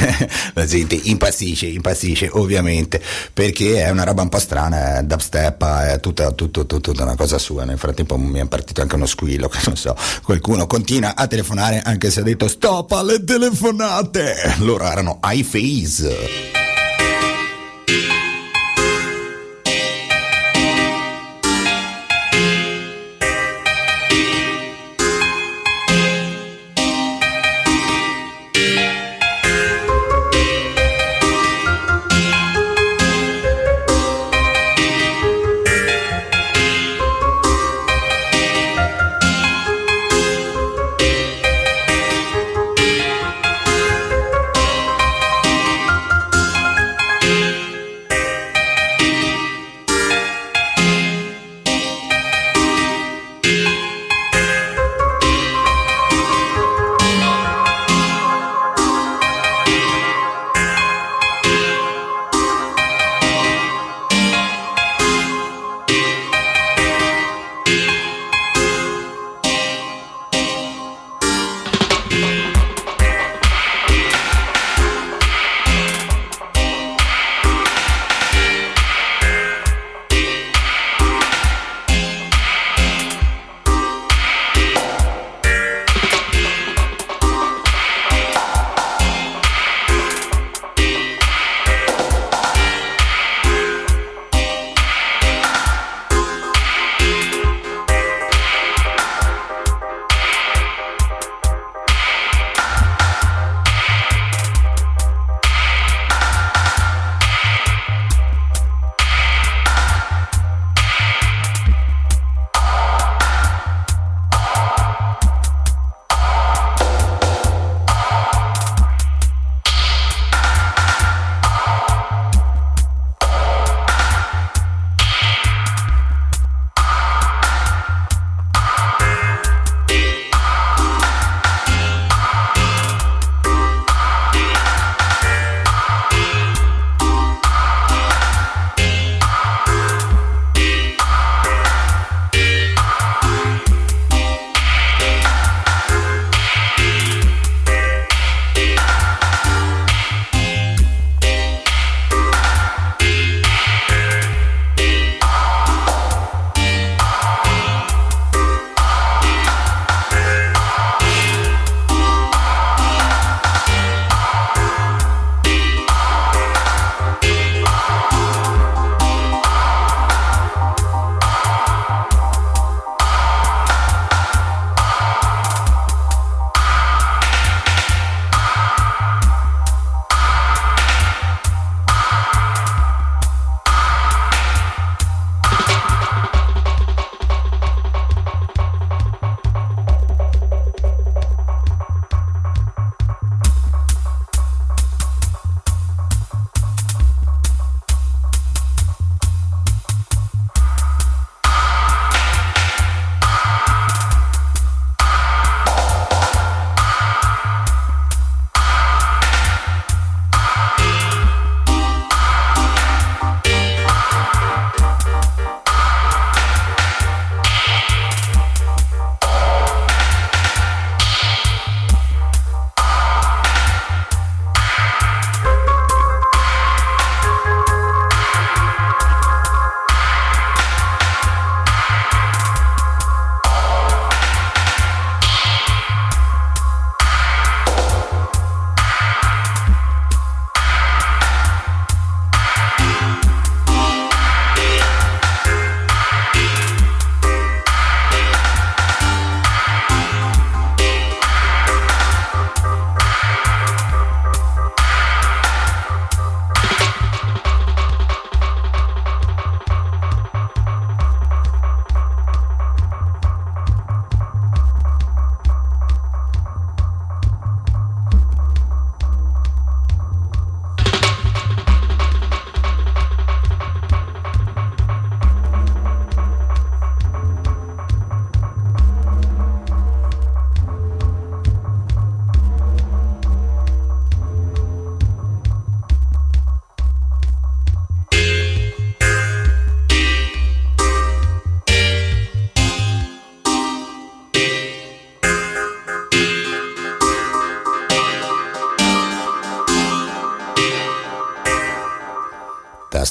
Speaker 3: la gente impazzisce ovviamente, perché è una roba un po' strana, dubstep, è tutta una cosa sua. Nel frattempo mi è partito anche uno squillo, che non so, qualcuno continua a telefonare anche se ha detto stop alle telefonate. Loro erano iPhase.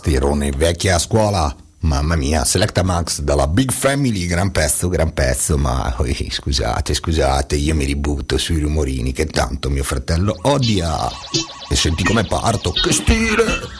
Speaker 3: tastierone vecchia a scuola. Mamma mia, Selecta Max dalla Big Family, gran pezzo, ma scusate, io mi ributto sui rumorini che tanto mio fratello odia. E senti come parto, che stile!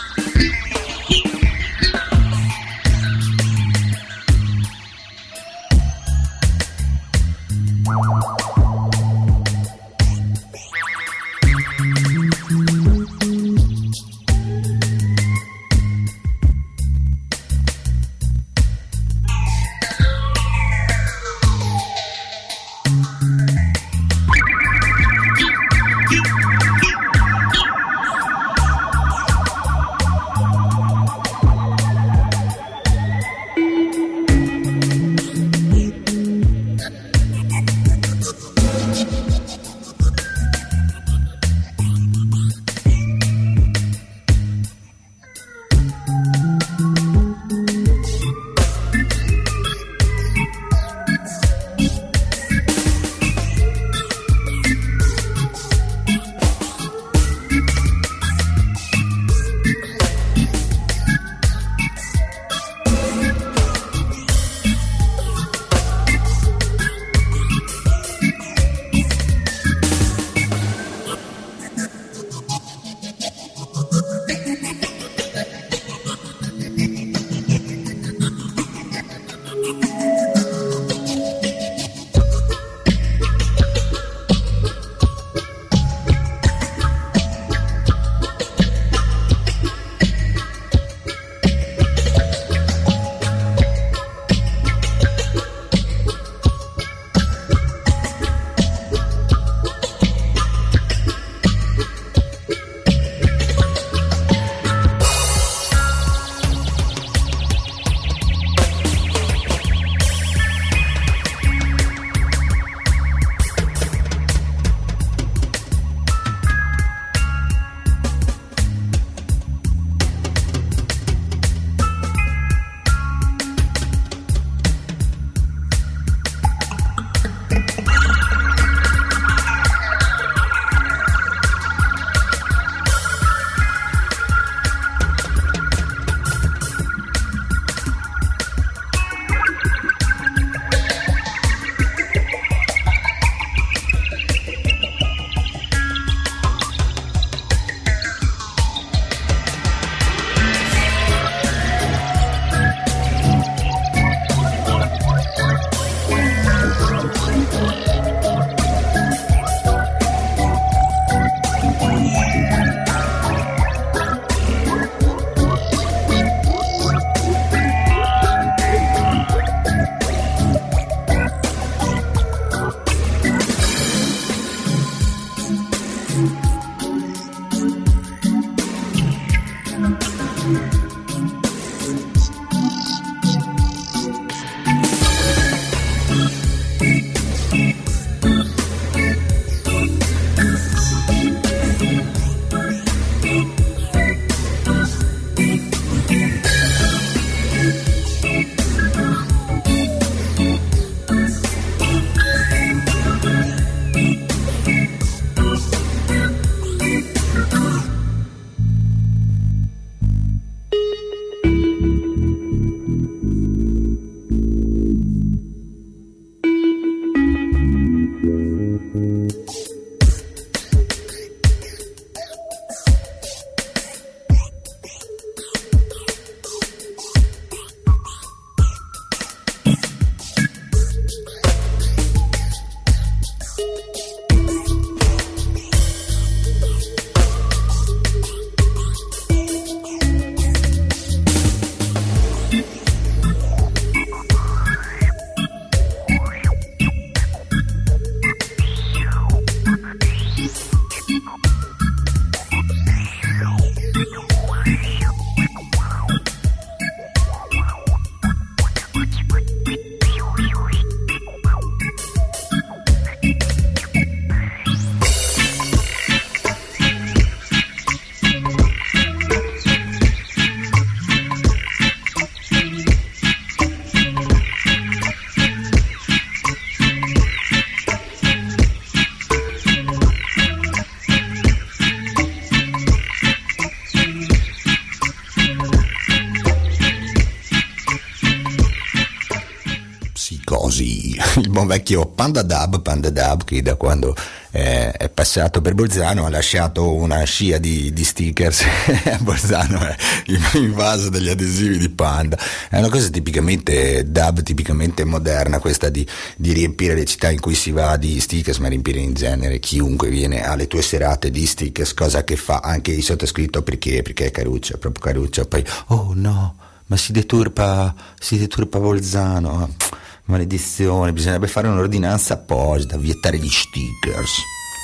Speaker 3: il buon vecchio Panda Dub, che da quando è passato per Bolzano ha lasciato una scia di stickers a Bolzano è invaso dagli adesivi di Panda. È una cosa tipicamente dub, tipicamente moderna, questa di riempire le città in cui si va di stickers, ma riempire in genere chiunque viene alle tue serate di stickers, cosa che fa anche il sottoscritto perché è caruccia, proprio caruccia. Poi oh no, ma si deturpa Bolzano, maledizione, bisognerebbe fare un'ordinanza apposita, vietare gli stickers.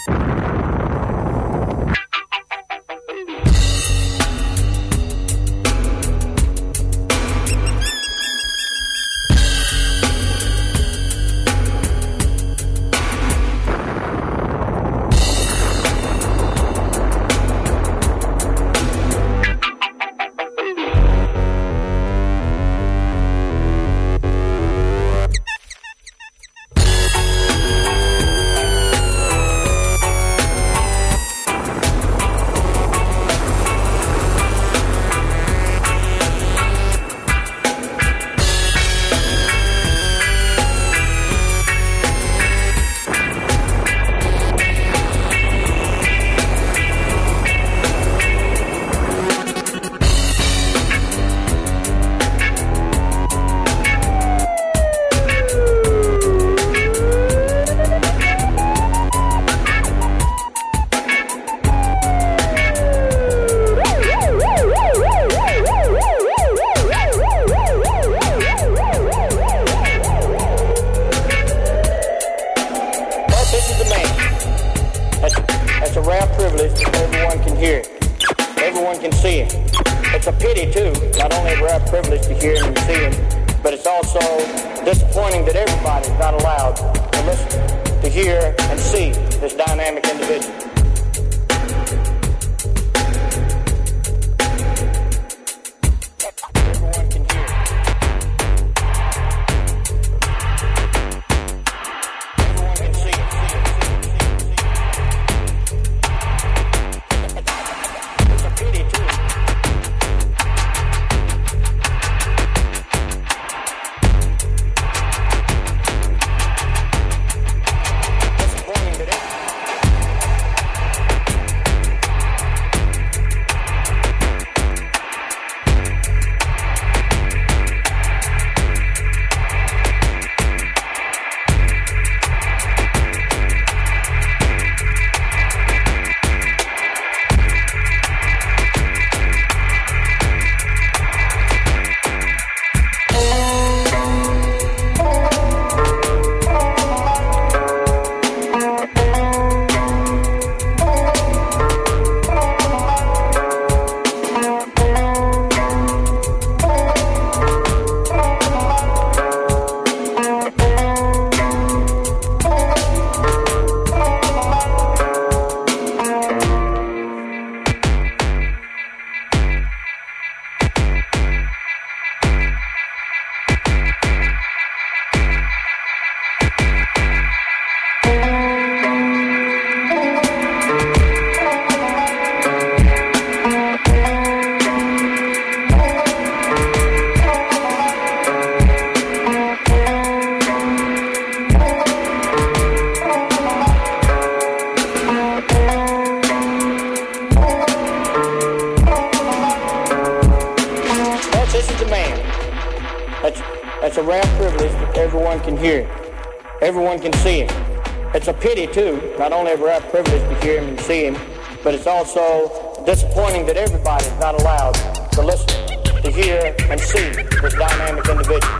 Speaker 14: Not only have we had privilege to hear him and see him, but it's also disappointing that everybody's not allowed to listen, to hear and see this dynamic individual.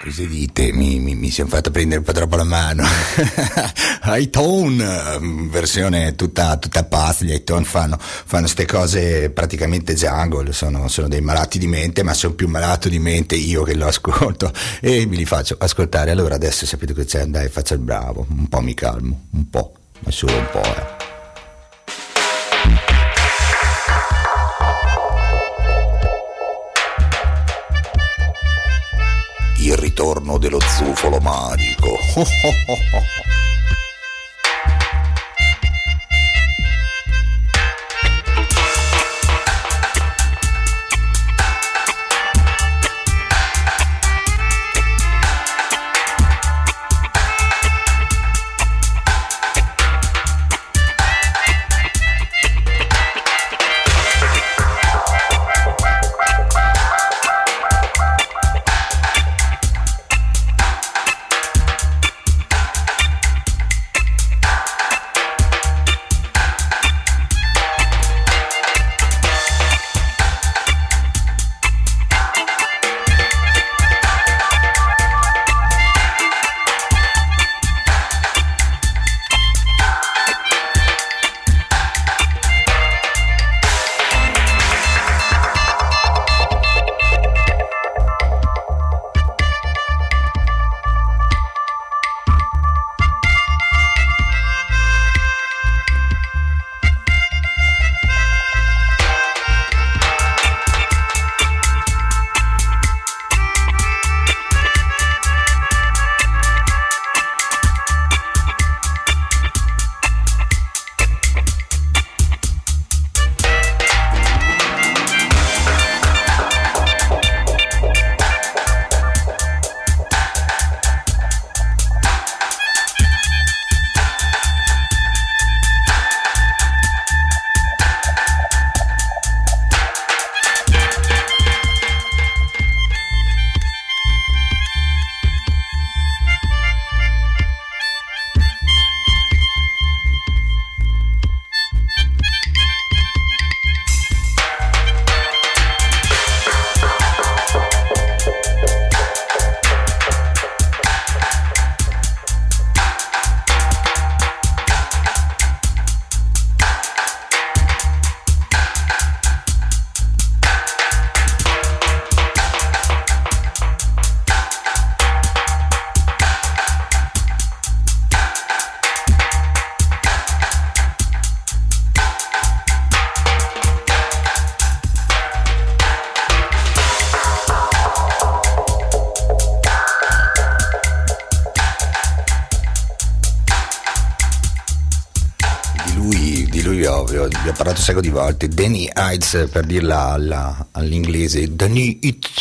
Speaker 3: Cosa dite? Mi si è fatto prendere un po' troppo la mano. iTone, versione tutta pazza. Gli iTone fanno ste cose praticamente jungle, sono dei malati di mente, ma sono più malato di mente io che lo ascolto e me li faccio ascoltare. Allora adesso sapete che c'è, dai, faccio il bravo, un po' mi calmo, un po', ma solo un po'. Il ritorno dello zufolo magico. Vi ho parlato un sacco di volte. Danny Ites, per dirla all'inglese, Danny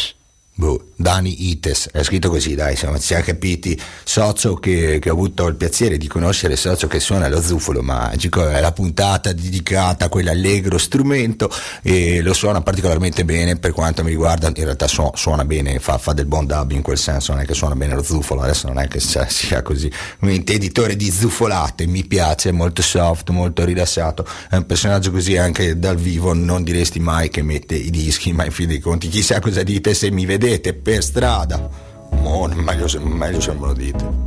Speaker 3: Ites, è scritto così, dai, insomma, ci siamo capiti. Socio che ho avuto il piacere di conoscere, socio che suona lo zufolo magico, è la puntata dedicata a quell'allegro strumento e lo suona particolarmente bene. Per quanto mi riguarda, in realtà suona bene, fa del buon dub in quel senso, non è che suona bene lo zufolo, adesso non è che sia così un editore di zufolate, mi piace, molto soft, molto rilassato, è un personaggio così anche dal vivo, non diresti mai che mette i dischi, ma in fin dei conti chissà cosa dite se mi vedete per strada, meglio se non me lo dite.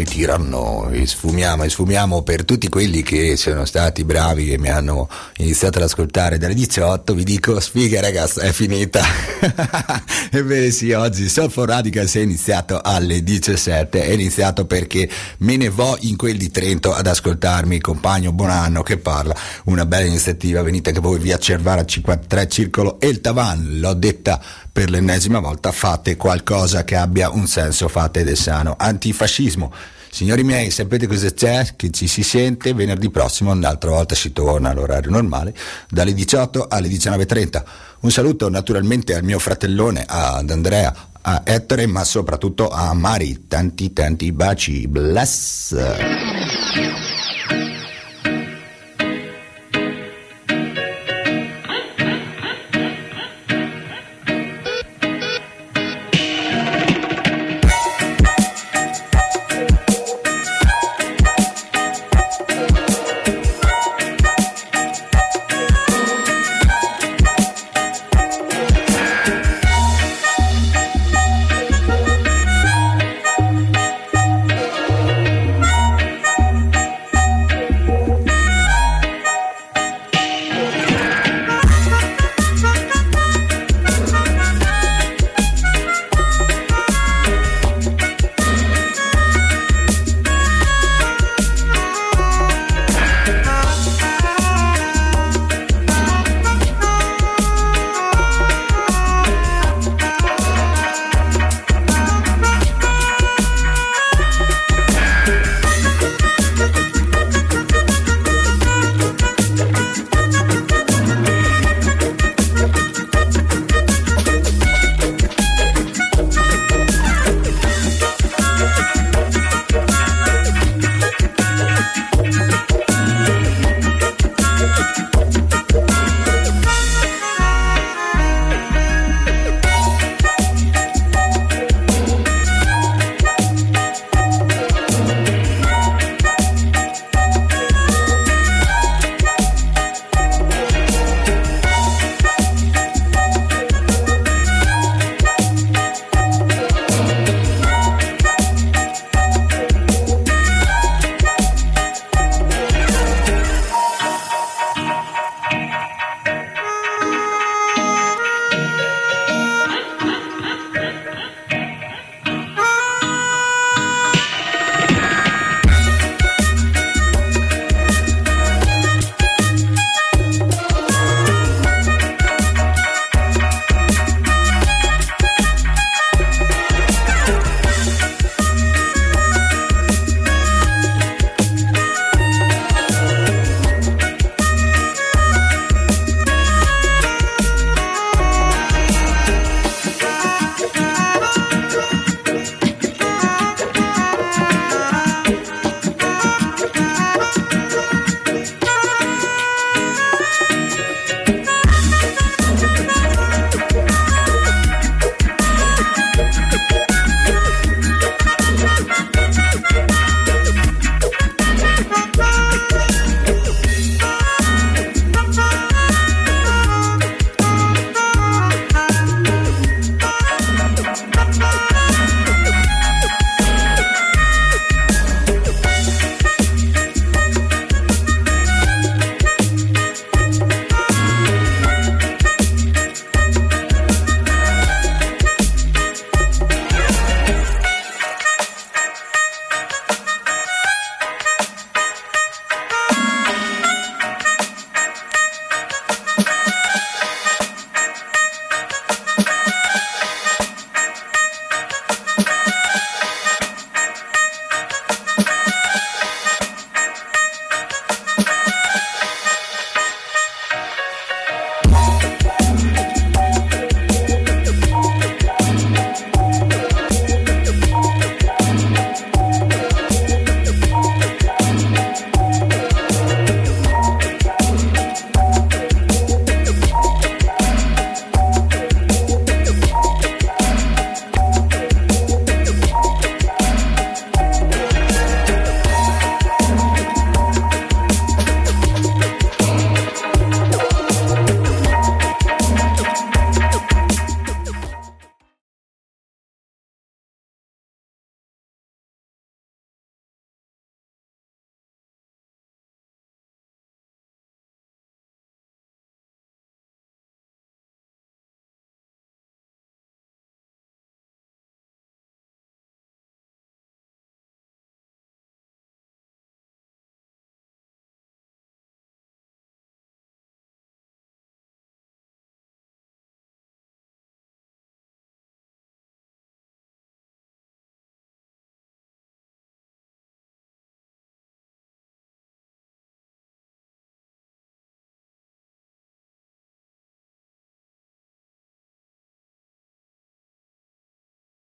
Speaker 3: tiranno, e sfumiamo per tutti quelli che sono stati bravi e mi hanno iniziato ad ascoltare dalle 18. Vi dico, sfiga ragazzi, è finita. Ebbene sì, oggi Soulful Radicals è iniziato alle 17, è iniziato perché me ne vo in quel di Trento ad ascoltarmi compagno Bonanno che parla, una bella iniziativa, venite anche voi via Cervara 53 Circolo El Tavan, l'ho detta per l'ennesima volta, fate qualcosa che abbia un senso, fate del sano antifascismo. Signori miei, sapete cosa c'è? Che ci si sente venerdì prossimo, un'altra volta si torna all'orario normale, dalle 18 alle 19.30. Un saluto naturalmente al mio fratellone, ad Andrea, a Ettore, ma soprattutto a Mari. Tanti baci, bless!